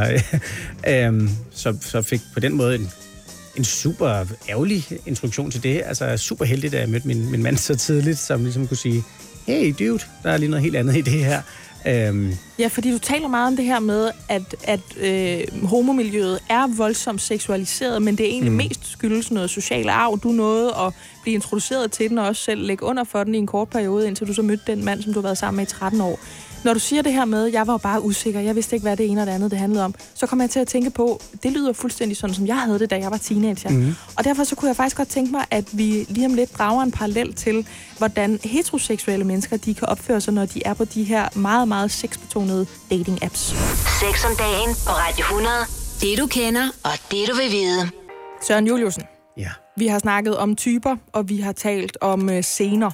Speaker 4: øh, øh, så, så fik på den måde en, en super ærgerlig introduktion til det. Altså super heldigt, at jeg mødte min, min mand så tidligt, som ligesom kunne sige, hey dude, der er lige noget helt andet i det her. Øhm.
Speaker 3: Ja, fordi du taler meget om det her med, at, at øh, homomiljøet er voldsomt seksualiseret, men det er egentlig mm. mest skyldes noget social arv. Du nåede at blive introduceret til den, og også selv lægge under for den i en kort periode, indtil du så mødte den mand, som du har været sammen med i tretten år. Når du siger det her med, jeg var bare usikker, jeg vidste ikke, hvad det ene og det andet det handlede om, så kommer jeg til at tænke på, det lyder fuldstændig sådan, som jeg havde det, da jeg var teenager. Mm. Og derfor så kunne jeg faktisk godt tænke mig, at vi lige om lidt drager en parallel til, hvordan heteroseksuelle mennesker, de kan opføre sig, når de er på de her meget, meget sexbetonede dating-apps.
Speaker 1: Sex om dagen på Radio hundrede. Det du kender, og det du vil vide.
Speaker 3: Søren Juliusen.
Speaker 4: Ja.
Speaker 3: Vi har snakket om typer, og vi har talt om øh, scener.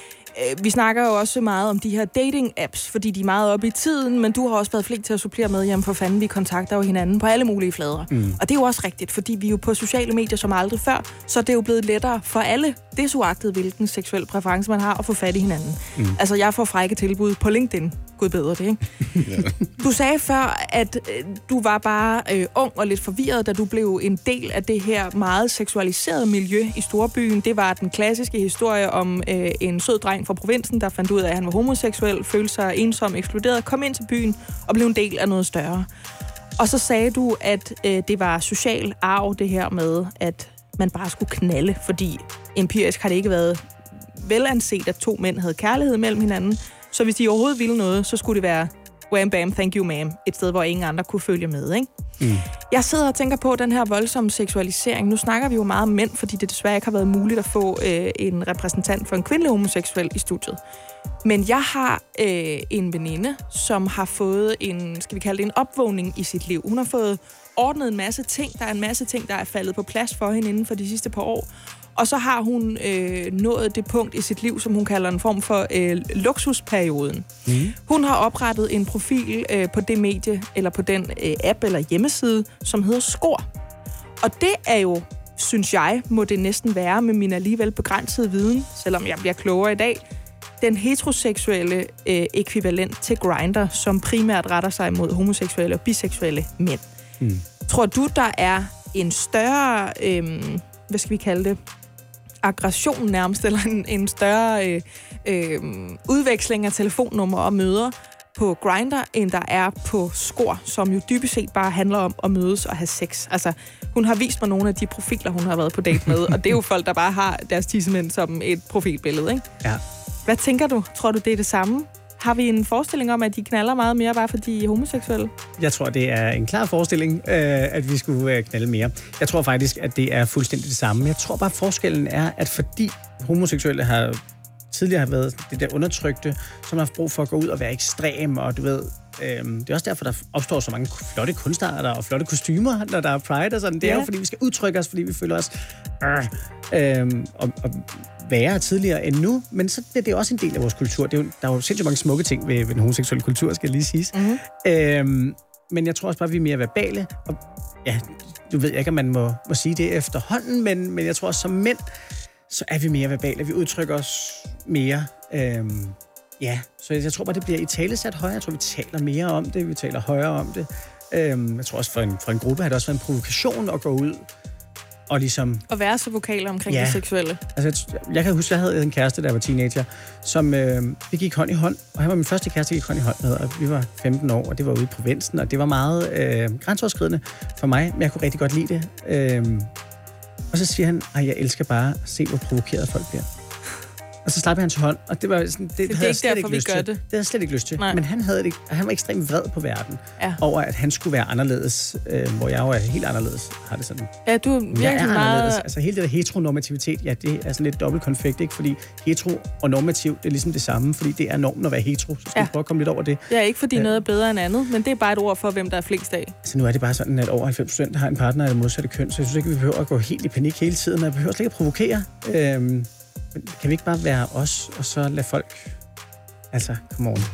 Speaker 3: Vi snakker jo også meget om de her dating-apps, fordi de er meget oppe i tiden, men du har også været flink til at supplere med, jamen for fanden, vi kontakter jo hinanden på alle mulige flader. Mm. Og det er jo også rigtigt, fordi vi er jo på sociale medier som aldrig før, så det er jo blevet lettere for alle, desuagtet hvilken seksuel præference man har, at få fat i hinanden. Mm. Altså, jeg får frække tilbud på LinkedIn. Gud bedre det, ikke? Du sagde før, at øh, du var bare øh, ung og lidt forvirret, da du blev en del af det her meget seksualiserede miljø i storbyen. Det var den klassiske historie om øh, en sød dreng fra provinsen, der fandt ud af, at han var homoseksuel, følte sig ensom, ekskluderet, kom ind til byen og blev en del af noget større. Og så sagde du, at øh, det var social arv, det her med, at man bare skulle knalde, fordi empirisk har det ikke været velanset, at to mænd havde kærlighed mellem hinanden. Så hvis de overhovedet ville noget, så skulle det være wham bam, thank you ma'am. Et sted, hvor ingen andre kunne følge med, ikke? Mm. Jeg sidder og tænker på den her voldsomme seksualisering. Nu snakker vi jo meget om mænd, fordi det desværre ikke har været muligt at få øh, en repræsentant for en kvindelig homoseksuel i studiet. Men jeg har øh, en veninde, som har fået en, skal vi kalde det en opvågning i sit liv. Hun har fået ordnet en masse ting. Der er en masse ting, der er faldet på plads for hende inden for de sidste par år. Og så har hun øh, nået det punkt i sit liv, som hun kalder en form for øh, luksusperioden. Mm. Hun har oprettet en profil øh, på det medie, eller på den øh, app eller hjemmeside, som hedder Skor. Og det er jo, synes jeg, må det næsten være med min alligevel begrænsede viden, selvom jeg bliver klogere i dag, den heteroseksuelle øh, ekvivalent til Grindr, som primært retter sig mod homoseksuelle og biseksuelle mænd. Mm. Tror du, der er en større, øh, hvad skal vi kalde det, aggression nærmest, eller en, en større øh, øh, udveksling af telefonnumre og møder på Grindr, end der er på Skor, som jo dybest set bare handler om at mødes og have sex. Altså, hun har vist mig nogle af de profiler, hun har været på date med, og det er jo folk, der bare har deres tissemænd som et profilbillede, ikke?
Speaker 4: Ja.
Speaker 3: Hvad tænker du? Tror du, det er det samme? Har vi en forestilling om, at de knaller meget mere, bare fordi de er homoseksuelle?
Speaker 4: Jeg tror, det er en klar forestilling, øh, at vi skulle øh, knalde mere. Jeg tror faktisk, at det er fuldstændig det samme. Jeg tror bare, forskellen er, at fordi homoseksuelle har tidligere har været det der undertrykte, som har haft brug for at gå ud og være ekstrem, og du ved, øh, det er også derfor, der opstår så mange flotte kunstarter og flotte kostymer, når der er Pride og sådan. Det er ja. jo, fordi vi skal udtrykke os, fordi vi føler os øh, øh, og, og værre tidligere end nu, men så det er det også en del af vores kultur. Det er jo, der er jo sindssygt mange smukke ting ved, ved den homoseksuelle kultur, skal jeg lige sige. Mm-hmm. Øhm, men jeg tror også bare, vi er mere verbale, og ja, du ved ikke, om man må, må sige det efterhånden, men, men jeg tror også, som mænd, så er vi mere verbale. Vi udtrykker os mere. Øhm, ja, så jeg, jeg tror bare, det bliver i talesat højere. Jeg tror, vi taler mere om det, vi taler højere om det. Øhm, jeg tror også, for en, for en gruppe har det også været en provokation at gå ud og ligesom...
Speaker 3: Og være så vokaler omkring ja. det seksuelle. Altså,
Speaker 4: jeg, jeg kan huske, at jeg havde en kæreste, da jeg var teenager, som øh, vi gik hånd i hånd, og han var min første kæreste, jeg gik hånd i hånd med, og vi var femten år, og det var ude i provinsen, og det var meget øh, grænseoverskridende for mig, men jeg kunne rigtig godt lide det. Øh, og så siger han, at jeg elsker bare at se, hvor provokeret folk bliver. Og så slap jeg hans hånd, og det var sådan, det,
Speaker 3: det, det
Speaker 4: havde
Speaker 3: er ikke derfor, vi gør det.
Speaker 4: Det havde jeg slet ikke lyst til. Nej. Men han havde det, han var ekstremt vred på verden
Speaker 3: ja.
Speaker 4: over, at han skulle være anderledes, øh, hvor jeg jo er helt anderledes, har det sådan.
Speaker 3: Ja, du er virkelig
Speaker 4: jeg er
Speaker 3: meget...
Speaker 4: anderledes. Altså hele det der heteronormativitet, ja, det er sådan lidt dobbelt konflikt, ikke? Fordi hetero og normativ, det er ligesom det samme, fordi det er normen at være hetero, så skal ja. vi prøve at komme lidt over det.
Speaker 3: Ja, ikke fordi ja. noget er bedre end andet, men det er bare et ord for, hvem der er flest af.
Speaker 4: Altså nu er det bare sådan, at over halvfems procent har en partner af det modsatte køn, så jeg synes ikke, vi behøver at gå helt i panik hele tiden, og jeg behøver slet ikke at provokere. Øhm, Kan vi ikke bare være os, og så lade folk... Altså, come on.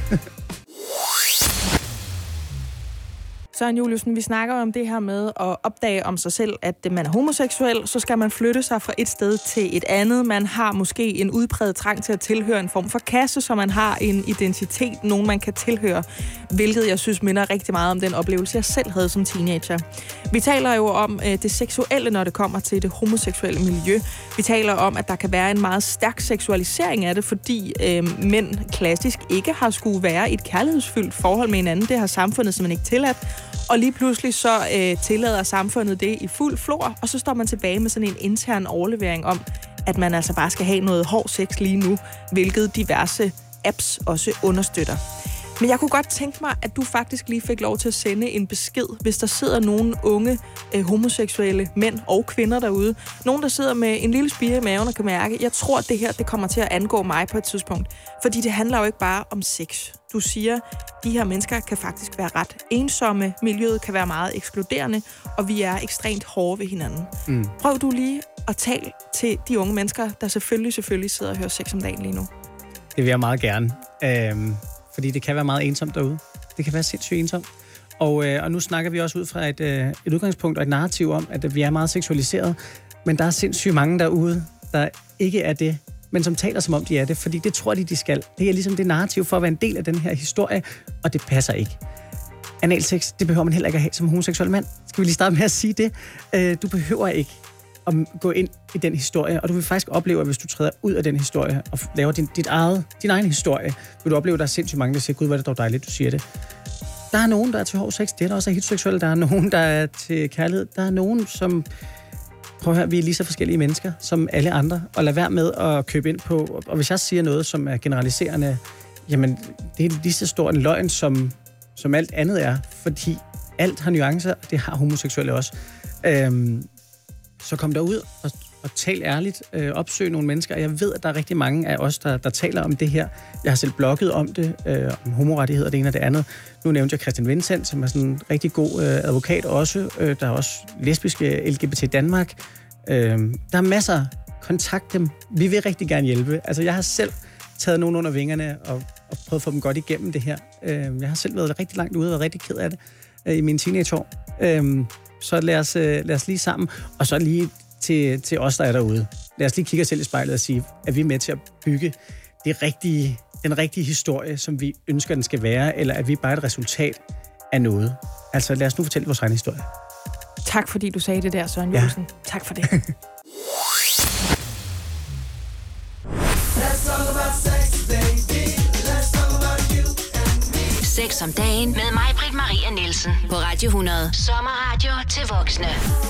Speaker 3: Søren Juliusen, vi snakker om det her med at opdage om sig selv, at man er homoseksuel, så skal man flytte sig fra et sted til et andet. Man har måske en udpræget trang til at tilhøre en form for kasse, så man har en identitet, nogen man kan tilhøre, hvilket jeg synes minder rigtig meget om den oplevelse, jeg selv havde som teenager. Vi taler jo om øh, det seksuelle, når det kommer til det homoseksuelle miljø. Vi taler om, at der kan være en meget stærk seksualisering af det, fordi øh, mænd klassisk ikke har skulle være i et kærlighedsfyldt forhold med hinanden. Det har samfundet simpelthen ikke tilladt. Og lige pludselig så øh, tillader samfundet det i fuld flor, og så står man tilbage med sådan en intern overlevering om, at man altså bare skal have noget hård sex lige nu, hvilket diverse apps også understøtter. Men jeg kunne godt tænke mig, at du faktisk lige fik lov til at sende en besked, hvis der sidder nogle unge øh, homoseksuelle mænd og kvinder derude. Nogen, der sidder med en lille spire i maven og kan mærke, jeg tror, at det her det kommer til at angå mig på et tidspunkt. Fordi det handler jo ikke bare om sex. Du siger, at de her mennesker kan faktisk være ret ensomme, miljøet kan være meget ekskluderende, og vi er ekstremt hårde ved hinanden. Mm. Prøv du lige at tale til de unge mennesker, der selvfølgelig, selvfølgelig sidder og hører sex om dagen lige nu.
Speaker 4: Det vil jeg meget gerne. Øhm Fordi det kan være meget ensomt derude. Det kan være sindssygt ensomt. Og, øh, og nu snakker vi også ud fra et, øh, et udgangspunkt og et narrativ om, at vi er meget seksualiseret. Men der er sindssygt mange derude, der ikke er det, men som taler som om de er det, fordi det tror de, de skal. Det er ligesom det narrativ for at være en del af den her historie, og det passer ikke. Analsex, det behøver man heller ikke at have som homoseksuel mand. Skal vi lige starte med at sige det? Øh, du behøver ikke at gå ind i den historie, og du vil faktisk opleve, at hvis du træder ud af den historie og laver din, dit eget, din egen historie, vil du opleve, at der er sindssygt mange, der siger, gud, hvor er det dog dejligt, du siger det. Der er nogen, der er til hård sex, det er der også er heteroseksuelle, der er nogen, der er til kærlighed, der er nogen, som... Prøv at høre, vi er lige så forskellige mennesker som alle andre, og lad være med at købe ind på, og hvis jeg siger noget, som er generaliserende, jamen, det er lige så stor en løgn, som, som alt andet er, fordi alt har nuancer, og det har homoseksuelle også. Øhm, Så kom derud og og tal ærligt, øh, opsøg nogle mennesker. Jeg ved, at der er rigtig mange af os, der, der taler om det her. Jeg har selv blogget om det, øh, om homorettigheder, det ene og det andet. Nu nævnte jeg Christian Vincent, som er sådan en rigtig god øh, advokat også. Øh, der er også lesbiske L G B T Danmark. Øh, der er masser. Kontakt dem. Vi vil rigtig gerne hjælpe. Altså, jeg har selv taget nogen under vingerne og, og prøvet at få dem godt igennem det her. Øh, jeg har selv været rigtig langt ude og været rigtig ked af det øh, i mine teenageår. Øh, så lad os, øh, lad os lige sammen. Og så lige til, til os, der er derude. Lad os lige kigge os selv i spejlet og sige, er vi med til at bygge det rigtige, den rigtige historie, som vi ønsker, den skal være, eller er vi bare et resultat af noget? Altså, lad os nu fortælle vores egen historie.
Speaker 3: Tak, fordi du sagde det der, Søren Juelsen. Ja. Tak for det.
Speaker 1: Sex om dagen med mig, Britt Maria Nielsen, på Radio hundrede. Sommerradio til voksne.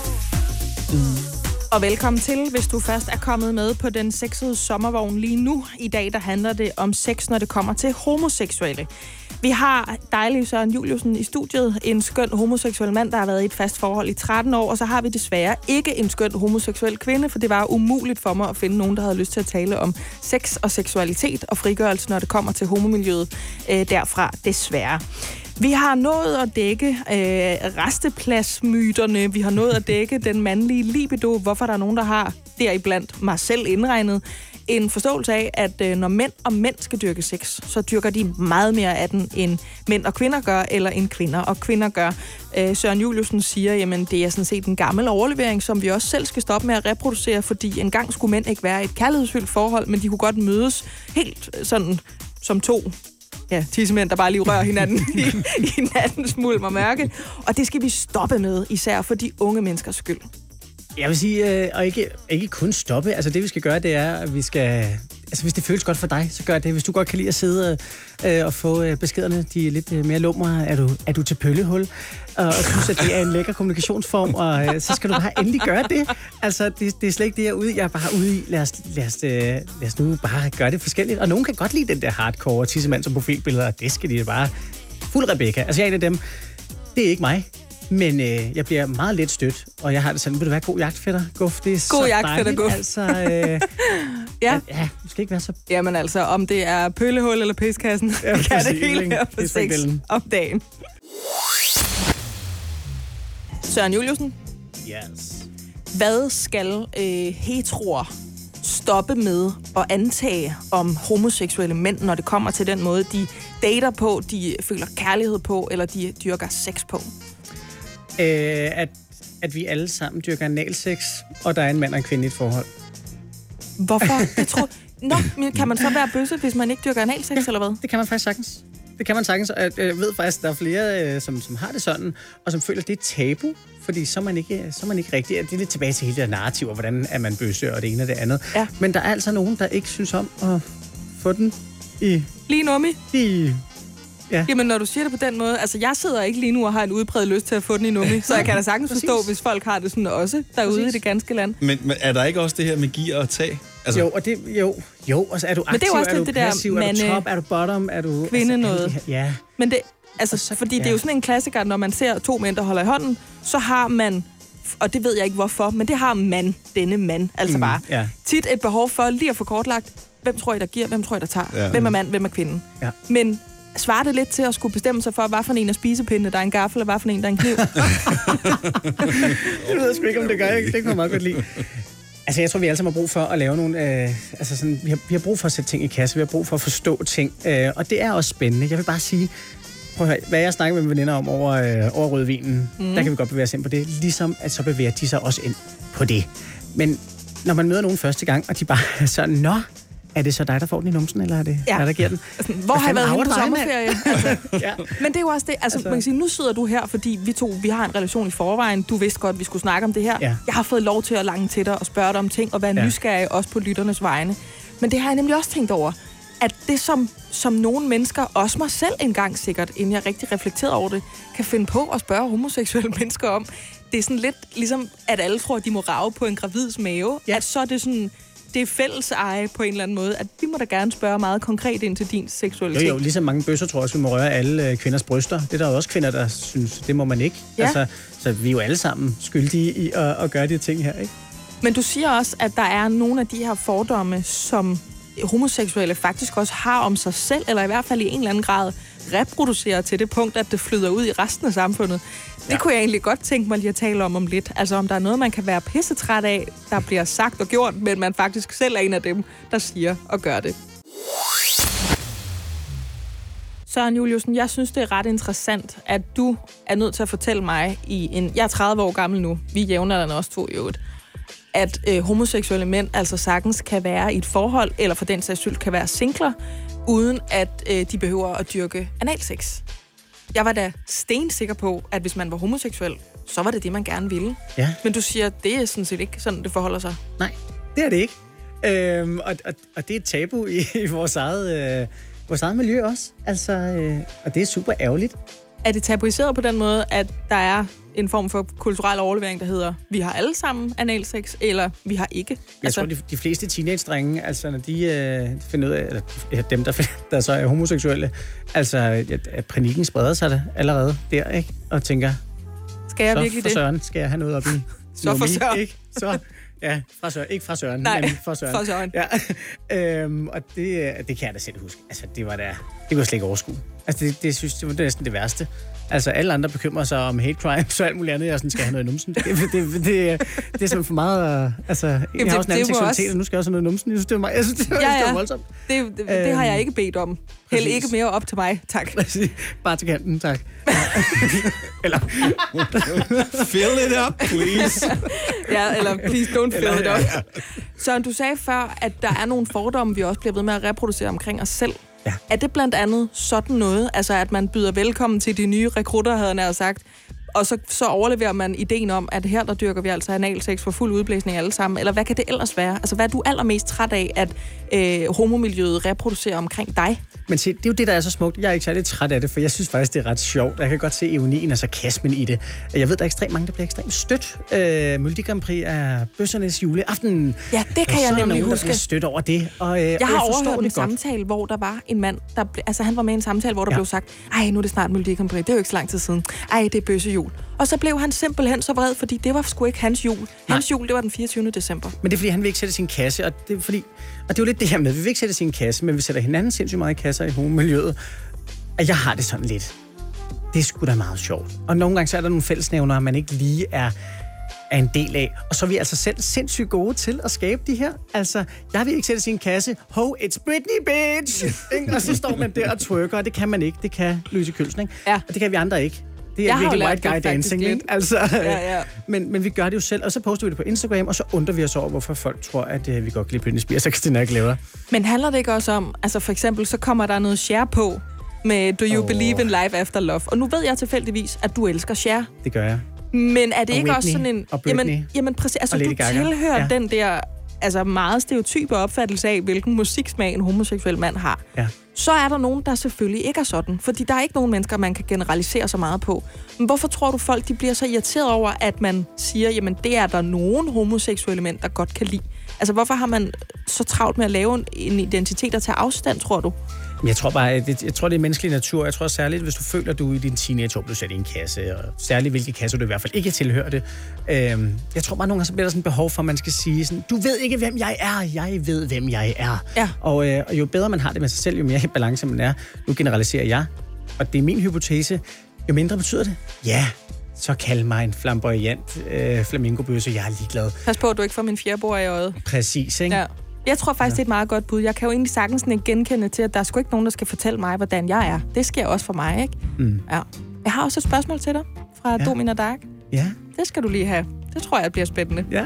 Speaker 3: Og velkommen til, hvis du først er kommet med på den sexede sommervogn lige nu. I dag der handler det om sex, når det kommer til homoseksuelle. Vi har dejlig Søren Juelsen i studiet, en skøn homoseksuel mand, der har været i et fast forhold i tretten år, og så har vi desværre ikke en skøn homoseksuel kvinde, for det var umuligt for mig at finde nogen, der havde lyst til at tale om sex og seksualitet og frigørelse, når det kommer til homomiljøet øh, derfra, desværre. Vi har nået at dække øh, restepladsmyterne, vi har nået at dække den mandlige libido, hvorfor der er nogen, der har deriblandt mig selv indregnet, en forståelse af, at øh, når mænd og mænd skal dyrke sex, så dyrker de meget mere af den, end mænd og kvinder gør, eller end kvinder og kvinder gør. Øh, Søren Juelsen siger, jamen det er sådan set en gammel overlevering, som vi også selv skal stoppe med at reproducere, fordi engang skulle mænd ikke være et kærlighedsfyldt forhold, men de kunne godt mødes helt sådan som to ja, tissemænd, der bare lige rører hinanden i, i nattens mulm og mørke. Og det skal vi stoppe med, især for de unge menneskers skyld.
Speaker 4: Jeg vil sige, øh, og ikke, ikke kun stoppe. Altså det, vi skal gøre, det er, at vi skal... Altså hvis det føles godt for dig, så gør det. Hvis du godt kan lide at sidde øh, og få øh, beskederne, de er lidt øh, mere lumre, er du, er du til pøllehul, og, og synes, at det er en lækker kommunikationsform, og øh, så skal du bare endelig gøre det. Altså det, det er slet ikke det, jeg er ude i. Jeg er bare ude i, lad os, lad, os, øh, lad os nu bare gøre det forskelligt. Og nogen kan godt lide den der hardcore tissemand som profilbilleder, og det skal de bare fuld Rebecca. Altså jeg er en af dem. Det er ikke mig. Men øh, jeg bliver meget let stødt, og jeg har det sådan, vil du være god jagtfætter, Guf? Det er
Speaker 3: god
Speaker 4: så
Speaker 3: jagtfætter, Guf.
Speaker 4: Altså, øh,
Speaker 3: ja.
Speaker 4: At, ja, du skal ikke være så...
Speaker 3: Jamen altså, om det er pøllehul eller piskassen, ja, kan præcis, det hele her på sex om dagen. Søren Juelsen.
Speaker 4: Yes.
Speaker 3: Hvad skal øh, heteroer stoppe med at antage om homoseksuelle mænd, når det kommer til den måde, de dater på, de føler kærlighed på, eller de dyrker sex på?
Speaker 4: Øh, at, at vi alle sammen dyrker analsex, og der er en mand og en kvinde i et forhold.
Speaker 3: Hvorfor? Jeg tror... Nå, men kan man så være bøsse, hvis man ikke dyrker analsex, ja, eller hvad?
Speaker 4: Det kan man faktisk sagtens. Det kan man sagtens. Jeg ved faktisk, at der er flere, som, som har det sådan, og som føler, at det er tabu, fordi så er man ikke, så er man ikke rigtig... Det er lidt tilbage til hele det narrativ, og hvordan er man bøsse, og det ene og det andet. Ja. Men der er altså nogen, der ikke synes om at få den i...
Speaker 3: Lige nummi?
Speaker 4: I... Ja.
Speaker 3: Jamen, når du siger det på den måde... Altså, jeg sidder ikke lige nu og har en udpræget lyst til at få den i nummi, så jeg kan da sagtens forstå, præcis, hvis folk har det sådan også derude præcis i det ganske land.
Speaker 2: Men, men er der ikke også det her med give og tage? Altså...
Speaker 4: Jo, og det... Jo, jo, altså er du aktiv,
Speaker 3: men det er, også
Speaker 4: er du
Speaker 3: det
Speaker 4: passiv,
Speaker 3: der,
Speaker 4: er du top, er du bottom, er du...
Speaker 3: Kvinde
Speaker 4: altså,
Speaker 3: noget.
Speaker 4: De ja.
Speaker 3: Men det... Altså,
Speaker 4: så,
Speaker 3: fordi
Speaker 4: ja.
Speaker 3: det er jo sådan en klassiker, når man ser to mænd, der holder i hånden, så har man... Og det ved jeg ikke hvorfor, men det har man, denne mand, altså mm, bare. Ja. Tit et behov for lige at få kortlagt, hvem tror I, der giver, hvem tror I, der tager, ja. Hvem er mand, hvem er kvinde. Ja. Men svarer det lidt til at skulle bestemme sig for, hvad for en af spisepindene, der er en gaffel, og hvad for en, der er en kniv?
Speaker 4: Det ved jeg sgu ikke, om det gør. Det kan jeg meget godt lide. Altså, jeg tror, vi alle sammen har brug for at lave nogle... Øh, altså sådan, vi, har, vi har brug for at sætte ting i kasse, vi har brug for at forstå ting, øh, og det er også spændende. Jeg vil bare sige... Prøv at høre, hvad jeg snakker med mine veninder om over, øh, over rødvinen, mm. der kan vi godt bevæge os ind på det. Ligesom, at så bevæger de sig også ind på det. Men når man møder nogen første gang, og de bare er sådan, nå, er det så dig, der får den i numsen, eller er det
Speaker 3: ja.
Speaker 4: dig, der giver den?
Speaker 3: Altså, hvor har jeg været henne på sommerferie? Altså, ja. Men det er jo også det, altså, altså man kan sige, nu sidder du her, fordi vi to, vi har en relation i forvejen. Du vidste godt, vi skulle snakke om det her. Ja. Jeg har fået lov til at lange til dig og spørge dig om ting, og være ja. nysgerrig også på lytternes vegne. Men det har jeg nemlig også tænkt over, at det som, som nogle mennesker, også mig selv engang sikkert, inden jeg rigtig reflekterede over det, kan finde på at spørge homoseksuelle mennesker om, det er sådan lidt ligesom, at alle tror, at de må rage på en gravids mave. Ja. At så er det sådan, det er fælles eje på en eller anden måde, at vi må da gerne spørge meget konkret ind til din seksualitet.
Speaker 4: Jo, jo, ligesom mange bøsser tror også, vi må røre alle kvinders bryster. Det er der jo også kvinder, der synes, det må man ikke. Ja. Altså, så vi er jo alle sammen skyldige i at, at gøre de ting her, ikke?
Speaker 3: Men du siger også, at der er nogle af de her fordomme, som homoseksuelle faktisk også har om sig selv, eller i hvert fald i en eller anden grad reproducerer til det punkt, at det flyder ud i resten af samfundet. Det ja. kunne jeg egentlig godt tænke mig lige at tale om om lidt. Altså om der er noget, man kan være pissetræt af, der bliver sagt og gjort, men man faktisk selv er en af dem, der siger og gør det. Søren Juliusen, jeg synes, det er ret interessant, at du er nødt til at fortælle mig i en... Jeg er tredive år gammel nu. Vi er jævnaldrende også to i øvrigt. At øh, homoseksuelle mænd altså sagtens kan være i et forhold, eller for den sags skyld kan være singler, uden at øh, de behøver at dyrke analsex. Jeg var da stensikker på, at hvis man var homoseksuel, så var det det, man gerne ville.
Speaker 4: Ja.
Speaker 3: Men du siger, det er sådan set ikke sådan, det forholder sig.
Speaker 4: Nej, det er det ikke. Øhm, og, og, og det er et tabu i, i vores, eget, øh, vores eget miljø også. Altså, øh, og det er super ærgerligt.
Speaker 3: Er det tabuiseret på den måde, at der er en form for kulturel overlevering, der hedder, vi har alle sammen analsex, eller vi har ikke?
Speaker 4: Jeg altså... tror, de, de fleste teenage-drenge, altså når de øh, finder ud af, eller de, dem, der, der så er homoseksuelle, altså at, at panikken spreder sig det allerede der, ikke? Og tænker,
Speaker 3: skal jeg
Speaker 4: så
Speaker 3: virkelig
Speaker 4: for
Speaker 3: det?
Speaker 4: Søren skal jeg have noget op i.
Speaker 3: Så for Søren.
Speaker 4: Ikke? Så, ja, fra Søren. Ikke fra Søren,
Speaker 3: Nej,
Speaker 4: men fra Søren.
Speaker 3: fra Søren.
Speaker 4: Ja. øhm, og det, det kan jeg da selv huske. Altså, det var da, det kunne jeg slet ikke overskue. Altså, det, det synes det var næsten det værste. Altså, alle andre bekymrer sig om hate crime, så alt muligt andet, jeg sådan skal have noget i numsen. Det, det, det, det, det er simpelthen for meget... Altså, jeg har også en anden seksualitet, også... og nu skal jeg også have noget i numsen. Jeg synes, det var, meget, jeg synes, det var, ja, ja. Det var voldsomt.
Speaker 3: Det, det, det øhm, har jeg ikke bedt om. Hæld ikke mere op til mig, tak.
Speaker 4: Bare til kanten, tak. Eller...
Speaker 2: Fill it up, please.
Speaker 3: Ja, eller please don't fill
Speaker 4: eller,
Speaker 3: it up.
Speaker 4: Ja, ja.
Speaker 3: Søren, du sagde før, at der er nogle fordomme, vi også bliver ved med at reproducere omkring os selv.
Speaker 4: Ja.
Speaker 3: Er det blandt andet sådan noget, altså at man byder velkommen til de nye rekrutter, havde jeg sagt, og så, så overleverer man ideen om, at her der dyrker vi altså analsex for fuld udblæsning alle sammen, eller hvad kan det ellers være? Altså hvad er du allermest træt af, at øh, homomiljøet reproducerer omkring dig?
Speaker 4: Men se, det er jo det, der er så smukt. Jeg er ikke særlig træt af det, for jeg synes faktisk, det er ret sjovt. Jeg kan godt se ironien og sarkasmen i det. Jeg ved, der er ekstremt mange, der bliver ekstremt stødt. Øh, Melodi Grand Prix er bøssernes juleaften.
Speaker 3: Ja, det kan jeg nemlig huske.
Speaker 4: Der stødt over det. Og, øh,
Speaker 3: jeg har
Speaker 4: jeg
Speaker 3: overhørt en samtale, hvor der var en mand, der ble, altså han var med i en samtale, hvor der ja. blev sagt, ej, nu er det snart Melodi Grand Prix. Det er jo ikke så lang tid siden. Ej, det er bøssejul. Og så blev han simpelthen så vred, fordi det var sgu ikke hans jul. Hans Nej. jul, det var den fireogtyvende december.
Speaker 4: Men det er, fordi han vil ikke sætte sin kasse, og det er, fordi, og det er jo lidt det her med, vi vil ikke sætte sin kasse, men vi sætter hinanden sindssygt meget i kasser i homomiljøet. Og jeg har det sådan lidt. Det er sgu da meget sjovt. Og nogle gange så er der nogle fællesnævner, man ikke lige er, er en del af. Og så er vi altså selv sindssygt gode til at skabe de her. Altså, jeg vil ikke sætte sin kasse. Ho, it's Britney, bitch! Og så står man der og twerker, og det kan man ikke. Det kan Louise Kølsen, ikke?
Speaker 3: Ja.
Speaker 4: Og det kan vi andre ikke. Det er
Speaker 3: jeg
Speaker 4: virkelig white guy dancing, ikke? Altså,
Speaker 3: ja, ja.
Speaker 4: Men, men vi gør det jo selv, og så poster vi det på Instagram, og så undrer vi os over, hvorfor folk tror, at uh, vi godt kan lide Britney Spears og Christina Aguilera.
Speaker 3: Men handler det ikke også om, altså for eksempel, så kommer der noget share på med Do You oh. Believe in Life After Love? Og nu ved jeg tilfældigvis, at du elsker share.
Speaker 4: Det gør jeg.
Speaker 3: Men er det
Speaker 4: og
Speaker 3: ikke
Speaker 4: Whitney,
Speaker 3: også sådan en...
Speaker 4: og Britney,
Speaker 3: jamen, jamen præcis, altså
Speaker 4: og
Speaker 3: du
Speaker 4: Gaga.
Speaker 3: tilhører
Speaker 4: Ja.
Speaker 3: den der altså meget stereotype opfattelse af, hvilken musiksmag en homoseksuel mand har.
Speaker 4: Ja.
Speaker 3: Så er der nogen, der selvfølgelig ikke er sådan. Fordi der er ikke nogen mennesker, man kan generalisere så meget på. Men hvorfor tror du, folk de bliver så irriteret over, at man siger, jamen det er der nogen homoseksuelle mænd, der godt kan lide? Altså hvorfor har man så travlt med at lave en, en identitet og tage afstand, tror du?
Speaker 4: Jeg tror bare, det, jeg tror, det er menneskelig natur. Jeg tror særligt, hvis du føler, at du i din teenageår blev sat i en kasse, og særligt hvilke kasser du i hvert fald ikke tilhører det. Øhm, jeg tror bare, nogle gange så bliver der sådan et behov for, at man skal sige sådan, du ved ikke, hvem jeg er, jeg ved, hvem jeg er.
Speaker 3: Ja.
Speaker 4: Og, øh, og jo bedre man har det med sig selv, jo mere i balance man er. Nu generaliserer jeg, og det er min hypotese, jo mindre betyder det. Ja, så kald mig en flamboyant øh, flamingobøsse, jeg er ligeglad.
Speaker 3: Pas på, at du ikke får min fjerbord i øjet.
Speaker 4: Præcis, ikke?
Speaker 3: Ja. Jeg tror faktisk, det er et meget godt bud. Jeg kan jo egentlig sagtens genkende til, at der er sgu ikke nogen, der skal fortælle mig, hvordan jeg er. Det sker også for mig, ikke?
Speaker 4: Mm.
Speaker 3: Ja. Jeg har også et spørgsmål til dig fra
Speaker 4: ja.
Speaker 3: Domina Dark.
Speaker 4: Ja.
Speaker 3: Det skal du lige have. Det tror jeg bliver spændende.
Speaker 4: Ja.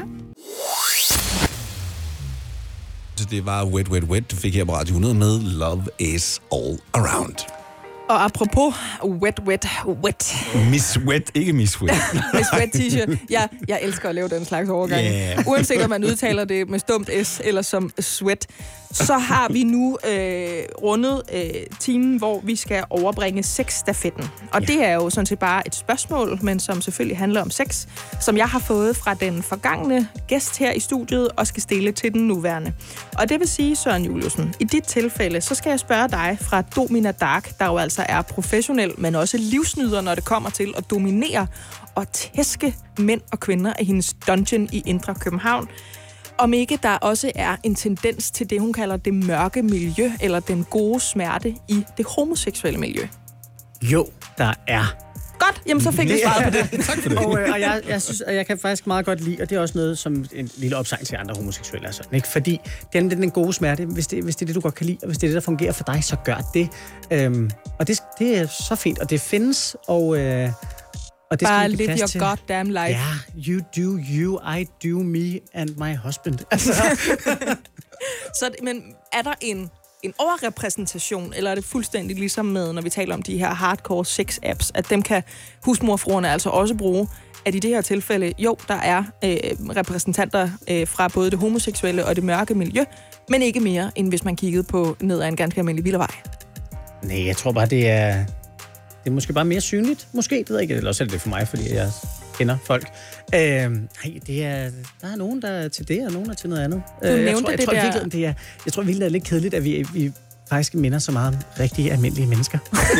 Speaker 2: Så det var Wet, Wet, Wet, du fik her på Radio hundrede med Love is All Around.
Speaker 3: Og apropos wet, wet, wet.
Speaker 2: Miss Wet, ikke Miss Wet.
Speaker 3: Miss Wet T-shirt. Ja, jeg elsker at lave den slags overgang.
Speaker 2: Yeah.
Speaker 3: Uanset om man udtaler det med stumt S eller som sweat, så har vi nu øh, rundet øh, timen, hvor vi skal overbringe sexstafetten. Og ja. det er jo sådan set bare et spørgsmål, men som selvfølgelig handler om sex, som jeg har fået fra den forgangne gæst her i studiet og skal stille til den nuværende. Og det vil sige, Søren Juliusen, i dit tilfælde, så skal jeg spørge dig fra Domina Dark, der jo altså er professionel, men også livsnyder, når det kommer til at dominere, at tæske mænd og kvinder af hendes dungeon i Indre København. Om ikke der også er en tendens til det, hun kalder det mørke miljø, eller den gode smerte i det homoseksuelle miljø.
Speaker 4: Jo, der er.
Speaker 3: Godt, jamen så fik vi svaret på det.
Speaker 2: Tak for det.
Speaker 4: Og, øh, og jeg, jeg synes, at jeg kan faktisk meget godt lide, og det er også noget som en lille opsang til andre homoseksuelle, altså, ikke? Fordi den, den, den gode smerte, hvis det, hvis det er det, du godt kan lide, og hvis det er det, der fungerer for dig, så gør det. Øhm, og det, det er så fint, og det findes, og, øh, og det
Speaker 3: Bare
Speaker 4: skal vi give
Speaker 3: live
Speaker 4: plads
Speaker 3: your
Speaker 4: til.
Speaker 3: goddamn life.
Speaker 4: Ja, yeah, you do you, I do me and my husband. Altså.
Speaker 3: Så, men er der en, en overrepræsentation, eller er det fuldstændig ligesom med, når vi taler om de her hardcore sex-apps, at dem kan husmorfruerne altså også bruge, at i det her tilfælde, jo, der er øh, repræsentanter øh, fra både det homoseksuelle og det mørke miljø, men ikke mere, end hvis man kiggede på ned ad en ganske almindelig villavej.
Speaker 4: Nej, jeg tror bare, det er, det er måske bare mere synligt. Måske, det ved jeg ikke. Eller også er det for mig, fordi jeg kender folk. Øh, nej, det er, der er nogen, der er til det, og nogen er til noget andet.
Speaker 3: Du
Speaker 4: øh, jeg
Speaker 3: nævnte
Speaker 4: tror, jeg
Speaker 3: det
Speaker 4: tror,
Speaker 3: der...
Speaker 4: virkelig, det er, jeg tror virkelig, det er lidt kedeligt, at vi, vi faktisk minder så meget om rigtige, almindelige mennesker.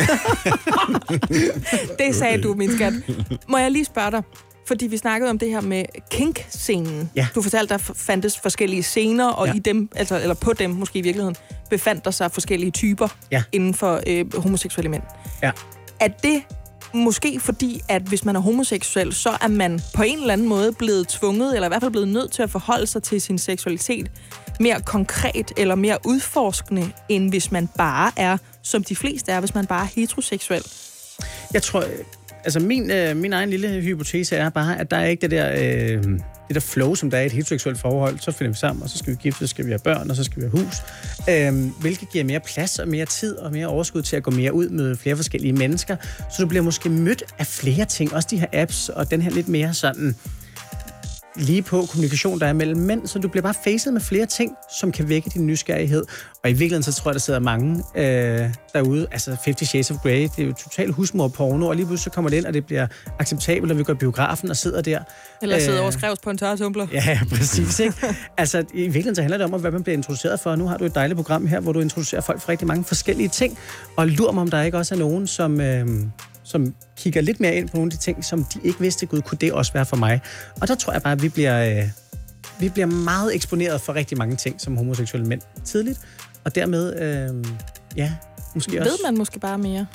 Speaker 3: Det sagde du, min skat. Må jeg lige spørge dig? Fordi vi snakkede om det her med kink-scenen.
Speaker 4: Ja.
Speaker 3: Du fortalte, der fandtes forskellige scener, og
Speaker 4: ja.
Speaker 3: i dem, altså, eller på dem måske i virkeligheden, befandt der sig forskellige typer
Speaker 4: ja.
Speaker 3: inden for øh, homoseksuelle mænd.
Speaker 4: Ja.
Speaker 3: Er det måske fordi, at hvis man er homoseksuel, så er man på en eller anden måde blevet tvunget, eller i hvert fald blevet nødt til at forholde sig til sin seksualitet mere konkret eller mere udforskende, end hvis man bare er, som de fleste er, hvis man bare er heteroseksuel?
Speaker 4: Jeg tror, altså min, øh, min egen lille hypotese er bare, at der er ikke det der, øh, det der flow, som der er i et heteroseksuelt forhold. Så finder vi sammen, og så skal vi gifte, så skal vi have børn, og så skal vi have hus. Øh, hvilket giver mere plads og mere tid og mere overskud til at gå mere ud med flere forskellige mennesker. Så du bliver måske mødt af flere ting. Også de her apps og den her lidt mere sådan lige på kommunikation, der er mellem mænd, så du bliver bare facet med flere ting, som kan vække din nysgerrighed. Og i virkeligheden, så tror jeg, der sidder mange øh, derude. Altså Fifty Shades of Grey, det er jo totalt husmor-porno, og lige pludselig så kommer det ind, og det bliver acceptabelt, og vi går i biografen og sidder der.
Speaker 3: Eller sidder over skrevs på en tørretumbler.
Speaker 4: Ja, præcis, ikke? Altså, i virkeligheden så handler det om, hvad man bliver introduceret for. Nu har du et dejligt program her, hvor du introducerer folk for rigtig mange forskellige ting, og lurer mig, om der ikke også er nogen, som... Øh, som kigger lidt mere ind på nogle af de ting, som de ikke vidste, gud, kunne det også være for mig. Og der tror jeg bare, at vi bliver, øh, vi bliver meget eksponeret for rigtig mange ting som homoseksuelle mænd tidligt, og dermed, øh, ja, måske også...
Speaker 3: Ved man måske bare mere?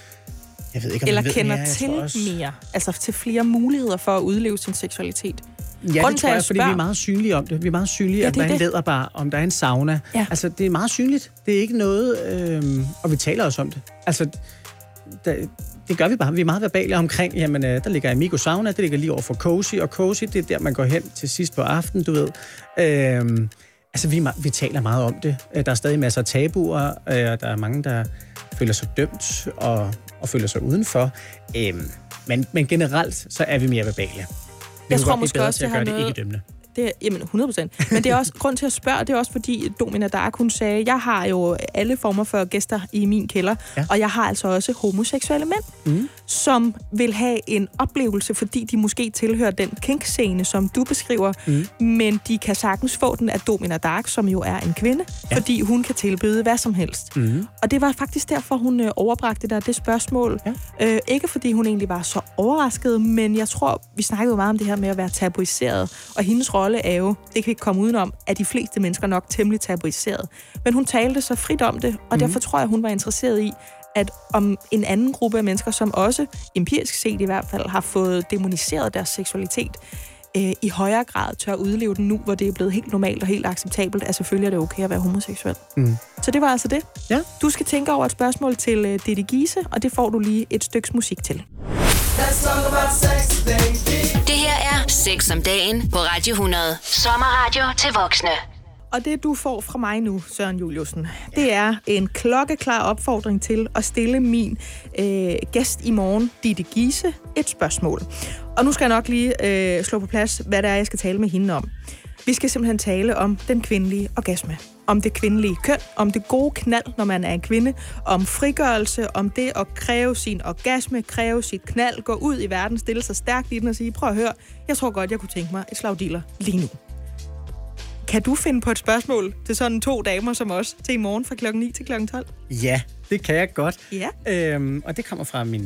Speaker 4: Jeg ved ikke, om
Speaker 3: Eller
Speaker 4: man ved
Speaker 3: kender
Speaker 4: mere.
Speaker 3: til
Speaker 4: også...
Speaker 3: mere? Altså til flere muligheder for at udleve sin seksualitet?
Speaker 4: Ja,
Speaker 3: Grunden
Speaker 4: det tror jeg, fordi
Speaker 3: spørger...
Speaker 4: vi er meget synlige om det. Vi er meget synlige,
Speaker 3: ja,
Speaker 4: at der er en
Speaker 3: det.
Speaker 4: læderbar, om der er en sauna.
Speaker 3: Ja.
Speaker 4: Altså, det er meget synligt. Det er ikke noget... Øh, og vi taler også om det. Altså... Der, det gør vi bare. Vi er meget verbale omkring, jamen, øh, der ligger Amigo Sauna, det ligger lige over for Cozy, og Cozy, det er der, man går hen til sidst på aftenen, du ved. Øhm, altså, vi, vi taler meget om det. Der er stadig masser af tabuer, og der er mange, der føler sig dømt og, og føler sig udenfor. Øhm, men, men generelt, så er vi mere verbale. Vi
Speaker 3: Jeg tror
Speaker 4: godt
Speaker 3: måske
Speaker 4: bedre
Speaker 3: også,
Speaker 4: til at
Speaker 3: det har
Speaker 4: gøre
Speaker 3: noget...
Speaker 4: det ikke dømmende.
Speaker 3: Det er, jamen, hundrede procent. Men det er også grund til at spørge, det er også fordi Domina Dark, hun sagde, jeg har jo alle former for gæster i min kælder, ja. Og jeg har altså også homoseksuelle mænd, mm. som vil have en oplevelse, fordi de måske tilhører den kink-scene, som du beskriver, mm. men de kan sagtens få den af Domina Dark, som jo er en kvinde, ja. Fordi hun kan tilbyde hvad som helst. Mm. Og det var faktisk derfor, hun øh, overbragte dig det spørgsmål. Ja. Øh, ikke fordi hun egentlig var så overrasket, men jeg tror, vi snakkede jo meget om det her med at være tabuiseret, og hendes rolle er jo, det kan vi ikke komme udenom, at de fleste mennesker nok temmelig tabuiseret. Men hun talte så frit om det, og mm. derfor tror jeg, hun var interesseret i, at om en anden gruppe af mennesker, som også empirisk set i hvert fald har fået demoniseret deres seksualitet, øh, i højere grad tør udleve den nu, hvor det er blevet helt normalt og helt acceptabelt, at selvfølgelig er det okay at være homoseksuel. Mm. Så det var altså det. Ja. Du skal tænke over et spørgsmål til uh, Ditte Giese, og det får du lige et stykke musik til.
Speaker 1: Det her er Sex om dagen på Radio hundrede. Sommerradio til voksne.
Speaker 3: Og det, du får fra mig nu, Søren Juliusen, det er en klokkeklar opfordring til at stille min øh, gæst i morgen, Ditte Giese, et spørgsmål. Og nu skal jeg nok lige øh, slå på plads, hvad det er, jeg skal tale med hende om. Vi skal simpelthen tale om den kvindelige orgasme. Om det kvindelige køn, om det gode knald, når man er en kvinde, om frigørelse, om det at kræve sin orgasme, kræve sit knald, gå ud i verden, stille sig stærkt i den og sige, prøv at høre, jeg tror godt, jeg kunne tænke mig et slagdealer lige nu. Kan du finde på et spørgsmål til sådan to damer som os til i morgen fra klokken ni til klokken tolv?
Speaker 4: Ja, det kan jeg godt.
Speaker 3: Ja.
Speaker 4: Øhm, og det kommer fra min, øh,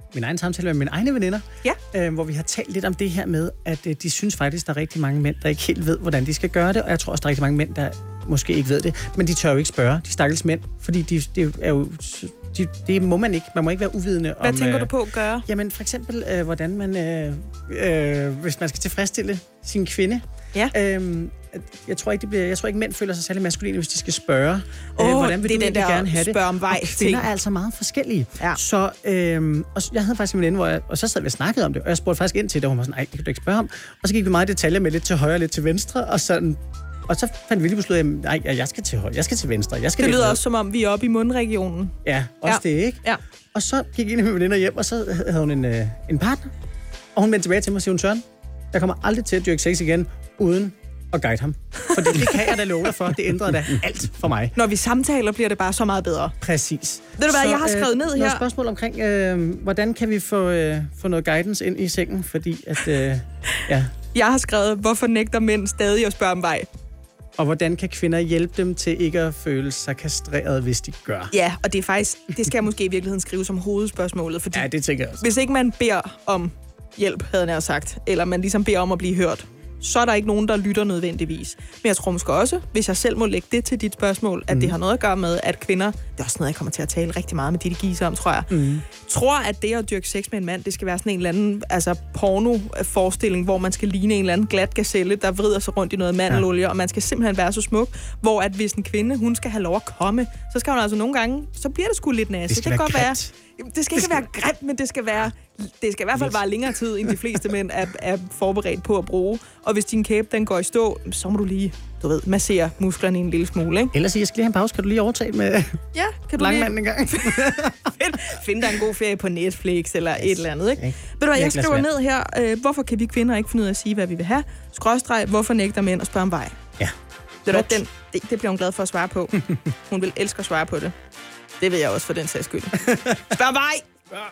Speaker 4: min egen samtale med mine egne veninder,
Speaker 3: Ja.
Speaker 4: øh, hvor vi har talt lidt om det her med, at øh, de synes faktisk, der er rigtig mange mænd, der ikke helt ved, hvordan de skal gøre det, og jeg tror også, der er rigtig mange mænd, der måske ikke ved det, men de tør jo ikke spørge, de stakkels mænd, fordi de, de er jo... De, det må man ikke. Man må ikke være uvidende om...
Speaker 3: Hvad tænker
Speaker 4: øh,
Speaker 3: du på at gøre?
Speaker 4: Jamen, for eksempel, øh, hvordan man... Øh, øh, hvis man skal tilfredsstille sin kvinde.
Speaker 3: Ja.
Speaker 4: Øh, jeg tror ikke, det bliver, jeg tror ikke, mænd føler sig særlig maskuline, hvis de skal spørge,
Speaker 3: Åh,
Speaker 4: øh, hvordan vil
Speaker 3: det er
Speaker 4: du
Speaker 3: den
Speaker 4: egentlig
Speaker 3: der
Speaker 4: gerne have det?
Speaker 3: spørg om vej
Speaker 4: Og kvinder er altså meget forskellige.
Speaker 3: Ja.
Speaker 4: Så øh, og jeg havde faktisk en veninde, hvor jeg, og så sad vi og snakkede om det, og jeg spurgte faktisk ind til det, og hun var sådan, nej, det kan du ikke spørge om. Og så gik vi meget i detaljer med lidt til højre og lidt til venstre, og sådan... Og så fandt vi lige besluttet, at nej, jeg skal til højre, jeg skal til venstre, jeg skal
Speaker 3: Det lyder
Speaker 4: lidt
Speaker 3: også, som om vi er oppe i mundregionen.
Speaker 4: Ja, også
Speaker 3: Ja.
Speaker 4: det, ikke?
Speaker 3: Ja.
Speaker 4: Og så gik en af mine veninder hjem, og så havde hun en, øh, en partner. Og hun vendte tilbage til mig og siger, hun, Søren, jeg kommer aldrig til at dyrke sex igen, uden at guide ham. For det, det kan jeg da love dig for. Det ændrede da alt for mig.
Speaker 3: Når vi samtaler, bliver det bare så meget bedre.
Speaker 4: Præcis.
Speaker 3: Ved du hvad,
Speaker 4: så,
Speaker 3: jeg har skrevet ned
Speaker 4: øh,
Speaker 3: her.
Speaker 4: Nogle spørgsmål omkring, øh, hvordan kan vi få, øh, få noget guidance ind i sengen? Fordi at, øh, ja.
Speaker 3: Jeg har skrevet, hvorfor nægter mænd stadig at spørge om vej?
Speaker 4: Og hvordan kan kvinder hjælpe dem til ikke at føle sig kastreret, hvis de gør?
Speaker 3: Ja, og det er faktisk, det skal jeg måske i virkeligheden skrive som hovedspørgsmålet, fordi
Speaker 4: Ja, det tænker jeg også.
Speaker 3: hvis ikke man beder om hjælp, havde jeg nær sagt, eller man ligesom beder om at blive hørt, så er der ikke nogen, der lytter nødvendigvis. Men jeg tror måske også, hvis jeg selv må lægge det til dit spørgsmål, at mm. det har noget at gøre med, at kvinder, det er også noget, jeg kommer til at tale rigtig meget med Ditte Giese om, tror jeg, mm. tror, at det at dyrke sex med en mand, det skal være sådan en eller anden altså porno-forestilling, hvor man skal ligne en eller anden glat gazelle, der vrider sig rundt i noget mandelolie, ja. Og man skal simpelthen være så smuk, hvor at hvis en kvinde, hun skal have lov at komme, så skal hun altså nogle gange, så bliver det sgu lidt næse.
Speaker 4: Det skal
Speaker 3: det kan
Speaker 4: være
Speaker 3: godt være,
Speaker 4: grimt.
Speaker 3: det skal ikke det skal... være grimt, men det skal være det skal i hvert fald være længere tid, end de fleste mænd er, er forberedt på at bruge. Og hvis din kæbe, den går i stå, så må du lige, du ved, massere musklerne en lille smule, ikke?
Speaker 4: Ellers, jeg skal lige have en pause. Kan du lige overtage med
Speaker 3: Ja, kan du
Speaker 4: Langmanden en gang?
Speaker 3: find, find dig en god ferie på Netflix eller yes. et eller andet, ikke?
Speaker 4: Okay.
Speaker 3: Ved du hvad, jeg
Speaker 4: Virkelig
Speaker 3: skriver
Speaker 4: svært.
Speaker 3: ned her, øh, hvorfor kan vi kvinder ikke finde ud af at sige, hvad vi vil have? Skråstreg, hvorfor nægter mænd at spørge om vej?
Speaker 4: Ja.
Speaker 3: Det, der, den, det, det bliver hun glad for at svare på. Hun vil elske at svare på det. Det vil jeg også for den sags skyld. Spørg om vej!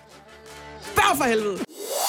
Speaker 3: Spørg for helvede!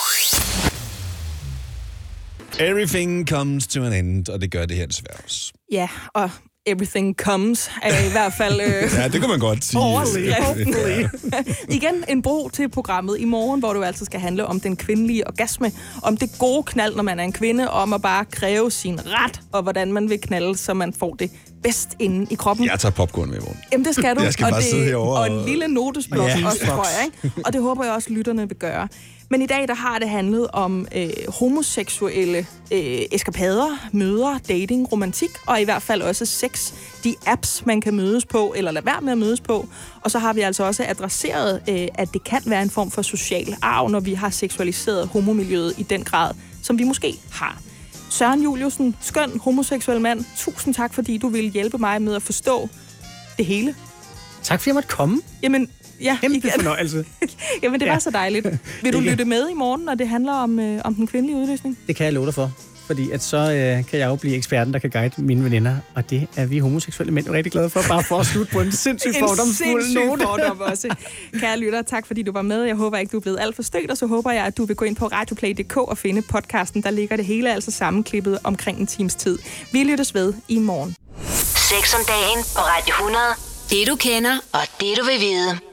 Speaker 2: Everything comes to an end, og det gør det her desværre også.
Speaker 3: Ja, og everything comes er i hvert fald... Øh,
Speaker 2: Ja, det kan man godt sige.
Speaker 3: overskriften. Igen en bro til programmet i morgen, hvor du altså skal handle om den kvindelige orgasme, om det gode knald, når man er en kvinde, om at bare kræve sin ret, og hvordan man vil knalde, så man får det bedst inde i kroppen.
Speaker 2: Jeg tager popcorn med i morgen.
Speaker 3: Jamen, det skal du.
Speaker 2: Jeg skal
Speaker 3: og
Speaker 2: bare
Speaker 3: det,
Speaker 2: sidde herovre
Speaker 3: og en
Speaker 2: og-
Speaker 3: lille notesblok
Speaker 2: Ja.
Speaker 3: også, tror jeg. Ikke? Og det håber jeg også, lytterne vil gøre. Men i dag, der har det handlet om øh, homoseksuelle øh, eskapader, møder, dating, romantik, og i hvert fald også sex. De apps, man kan mødes på, eller lade være med at mødes på. Og så har vi altså også adresseret, øh, at det kan være en form for social arv, når vi har seksualiseret homomiljøet i den grad, som vi måske har. Søren Juliusen, skøn homoseksuel mand, tusind tak, fordi du ville hjælpe mig med at forstå det hele.
Speaker 4: Tak fordi jeg måtte komme.
Speaker 3: Jamen, ja,
Speaker 4: Kæmpe
Speaker 3: igen.
Speaker 4: fornøjelse.
Speaker 3: Jamen, det var
Speaker 4: Ja.
Speaker 3: så dejligt. Vil du
Speaker 4: Det kan-
Speaker 3: lytte med i morgen, når det handler om, øh, om den kvindelige udløsning?
Speaker 4: Det kan jeg love dig for. Fordi at så øh, kan jeg jo blive eksperten, der kan guide mine veninder. Og det er vi homoseksuelle mænd jo rigtig glade for. Bare for at slutte på en sindssygt
Speaker 3: En
Speaker 4: fordomsfuld
Speaker 3: sindssyg
Speaker 4: note.
Speaker 3: fordom også. Kære lytter, tak fordi du var med. Jeg håber ikke, du er blevet alt for stødt, og så håber jeg, at du vil gå ind på radioplay punktum d k og finde podcasten. Der ligger det hele altså sammenklippet omkring en times tid. Vi lyttes ved i morgen.
Speaker 1: Sex om dagen på Radio hundrede. Det du kender, og det du vil vide.